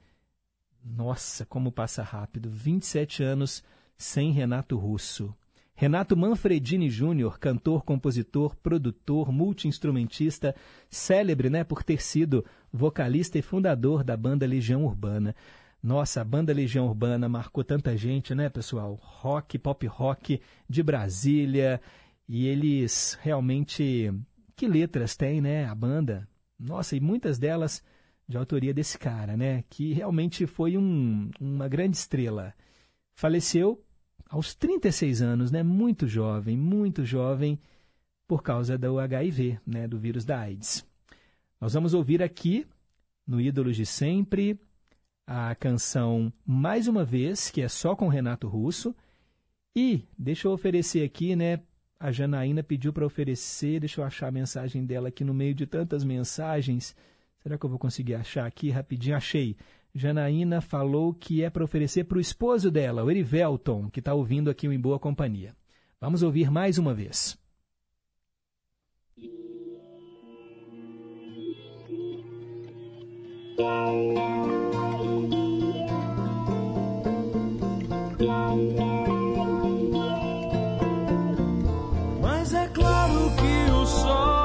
Nossa, como passa rápido. vinte e sete anos sem Renato Russo. Renato Manfredini Júnior, cantor, compositor, produtor, multi-instrumentista, célebre, né, por ter sido vocalista e fundador da banda Legião Urbana. Nossa, a banda Legião Urbana marcou tanta gente, né, pessoal? Rock, pop rock de Brasília. E eles realmente... Que letras tem, né, a banda? Nossa, e muitas delas... de autoria desse cara, né? Que realmente foi um, uma grande estrela. Faleceu aos trinta e seis anos, né? Muito jovem, muito jovem, por causa do H I V, né? Do vírus da AIDS. Nós vamos ouvir aqui, no Ídolos de Sempre, a canção Mais Uma Vez, que é só com Renato Russo. E deixa eu oferecer aqui, né? A Janaína pediu para oferecer, deixa eu achar a mensagem dela aqui no meio de tantas mensagens. Será que eu vou conseguir achar aqui rapidinho? Achei. Janaína falou que é para oferecer para o esposo dela, o Erivelton, que está ouvindo aqui o Em Boa Companhia. Vamos ouvir mais uma vez. Mas é claro que o sol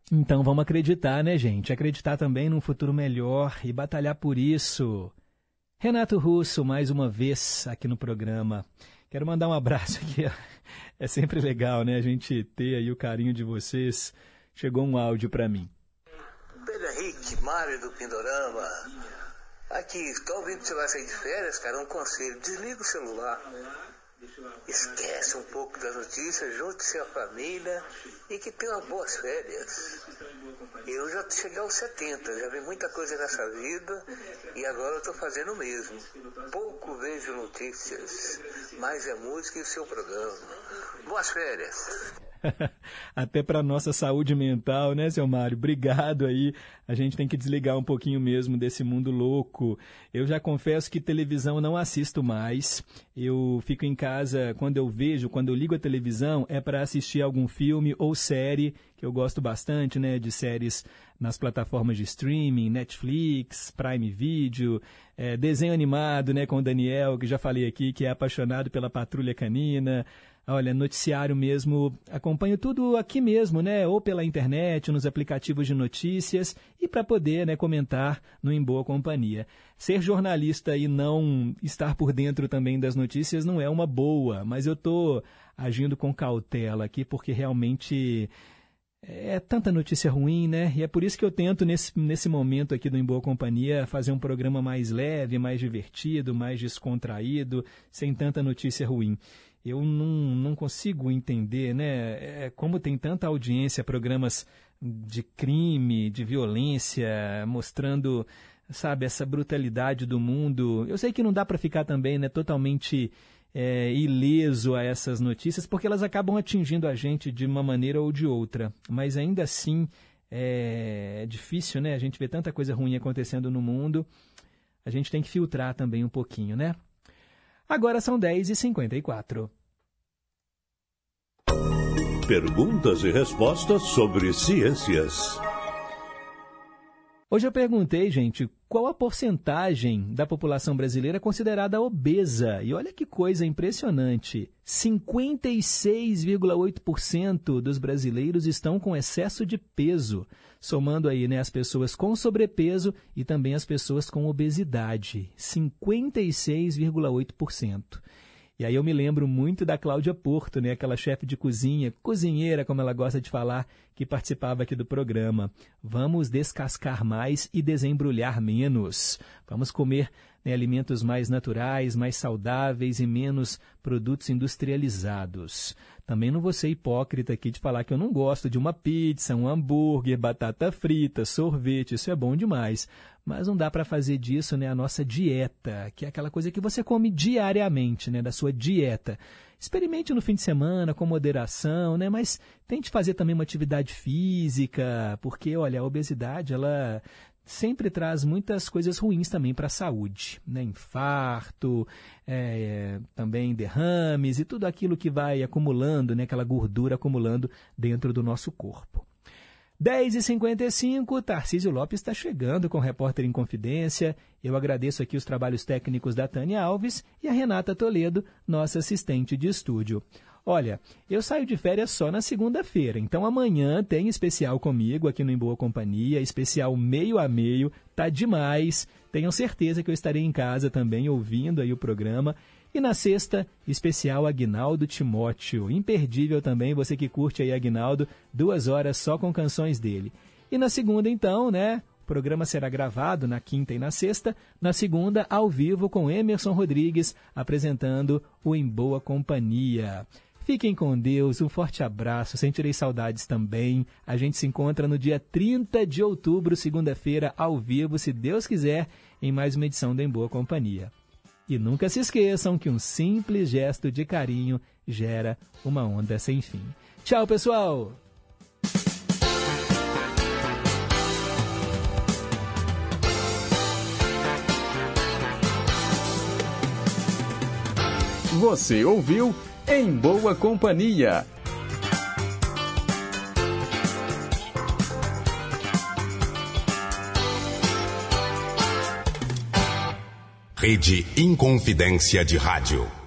Então vamos acreditar, né, gente? Acreditar também num futuro melhor e batalhar por isso. Renato Russo, mais uma vez aqui no programa. Quero mandar um abraço aqui. É sempre legal, né, a gente ter aí o carinho de vocês. Chegou um áudio para mim. Pedro Henrique, Mário do Pindorama. Aqui, tô ouvindo que você vai sair de férias, cara, um conselho. Desliga o celular. Esquece um pouco das notícias, junte-se à família e que tenha boas férias. Eu já cheguei aos setenta, já vi muita coisa nessa vida e agora eu estou fazendo o mesmo. Pouco vejo notícias, mais é música e o seu programa. Boas férias. Até para nossa saúde mental, né, seu Mário? Obrigado aí. A gente tem que desligar um pouquinho mesmo desse mundo louco. Eu já confesso que televisão não assisto mais. Eu fico em casa, quando eu vejo, quando eu ligo a televisão, é para assistir algum filme ou série, que eu gosto bastante, né, de séries nas plataformas de streaming, Netflix, Prime Video, é, desenho animado, né, com o Daniel, que já falei aqui, que é apaixonado pela Patrulha Canina. Olha, noticiário mesmo, acompanho tudo aqui mesmo, né? Ou pela internet, nos aplicativos de notícias e para poder, né, comentar no Em Boa Companhia. Ser jornalista e não estar por dentro também das notícias não é uma boa, mas eu estou agindo com cautela aqui porque realmente é tanta notícia ruim, né? E é por isso que eu tento, nesse, nesse momento aqui do Em Boa Companhia, fazer um programa mais leve, mais divertido, mais descontraído, sem tanta notícia ruim. Eu não, não consigo entender, né, é, como tem tanta audiência, programas de crime, de violência, mostrando, sabe, essa brutalidade do mundo. Eu sei que não dá para ficar também, né, totalmente é, ileso a essas notícias, porque elas acabam atingindo a gente de uma maneira ou de outra. Mas ainda assim é difícil, né, a gente vê tanta coisa ruim acontecendo no mundo, a gente tem que filtrar também um pouquinho, né? Agora são dez e cinquenta e quatro. Perguntas e respostas sobre ciências. Hoje eu perguntei, gente, qual a porcentagem da população brasileira considerada obesa? E olha que coisa impressionante. cinquenta e seis vírgula oito por cento dos brasileiros estão com excesso de peso, somando aí, né, as pessoas com sobrepeso e também as pessoas com obesidade. cinquenta e seis vírgula oito por cento. E aí eu me lembro muito da Cláudia Porto, né, aquela chefe de cozinha, cozinheira, como ela gosta de falar, que participava aqui do programa. Vamos descascar mais e desembrulhar menos. Vamos comer, né, alimentos mais naturais, mais saudáveis e menos produtos industrializados. Também não vou ser hipócrita aqui de falar que eu não gosto de uma pizza, um hambúrguer, batata frita, sorvete, isso é bom demais. Mas não dá para fazer disso, né, a nossa dieta, que é aquela coisa que você come diariamente, né, da sua dieta. Experimente no fim de semana, com moderação, né, mas tente fazer também uma atividade física, porque, olha, a obesidade, ela sempre traz muitas coisas ruins também para a saúde, né? Infarto, é, também derrames e tudo aquilo que vai acumulando, né? Aquela gordura acumulando dentro do nosso corpo. dez e cinquenta e cinco, Tarcísio Lopes está chegando com o Repórter em Confidência. Eu agradeço aqui os trabalhos técnicos da Tânia Alves e a Renata Toledo, nossa assistente de estúdio. Olha, eu saio de férias só na segunda-feira, então amanhã tem especial comigo aqui no Em Boa Companhia, especial meio a meio, tá demais. Tenham certeza que eu estarei em casa também ouvindo aí o programa. E na sexta, especial Aguinaldo Timóteo, imperdível também, você que curte aí Aguinaldo, duas horas só com canções dele. E na segunda então, né, o programa será gravado na quinta e na sexta, na segunda ao vivo com Emerson Rodrigues, apresentando o Em Boa Companhia. Fiquem com Deus, um forte abraço, sentirei saudades também. A gente se encontra no dia trinta de outubro, segunda-feira, ao vivo, se Deus quiser, em mais uma edição do Em Boa Companhia. E nunca se esqueçam que um simples gesto de carinho gera uma onda sem fim. Tchau, pessoal! Você ouviu Em Boa Companhia. Rede Inconfidência de Rádio.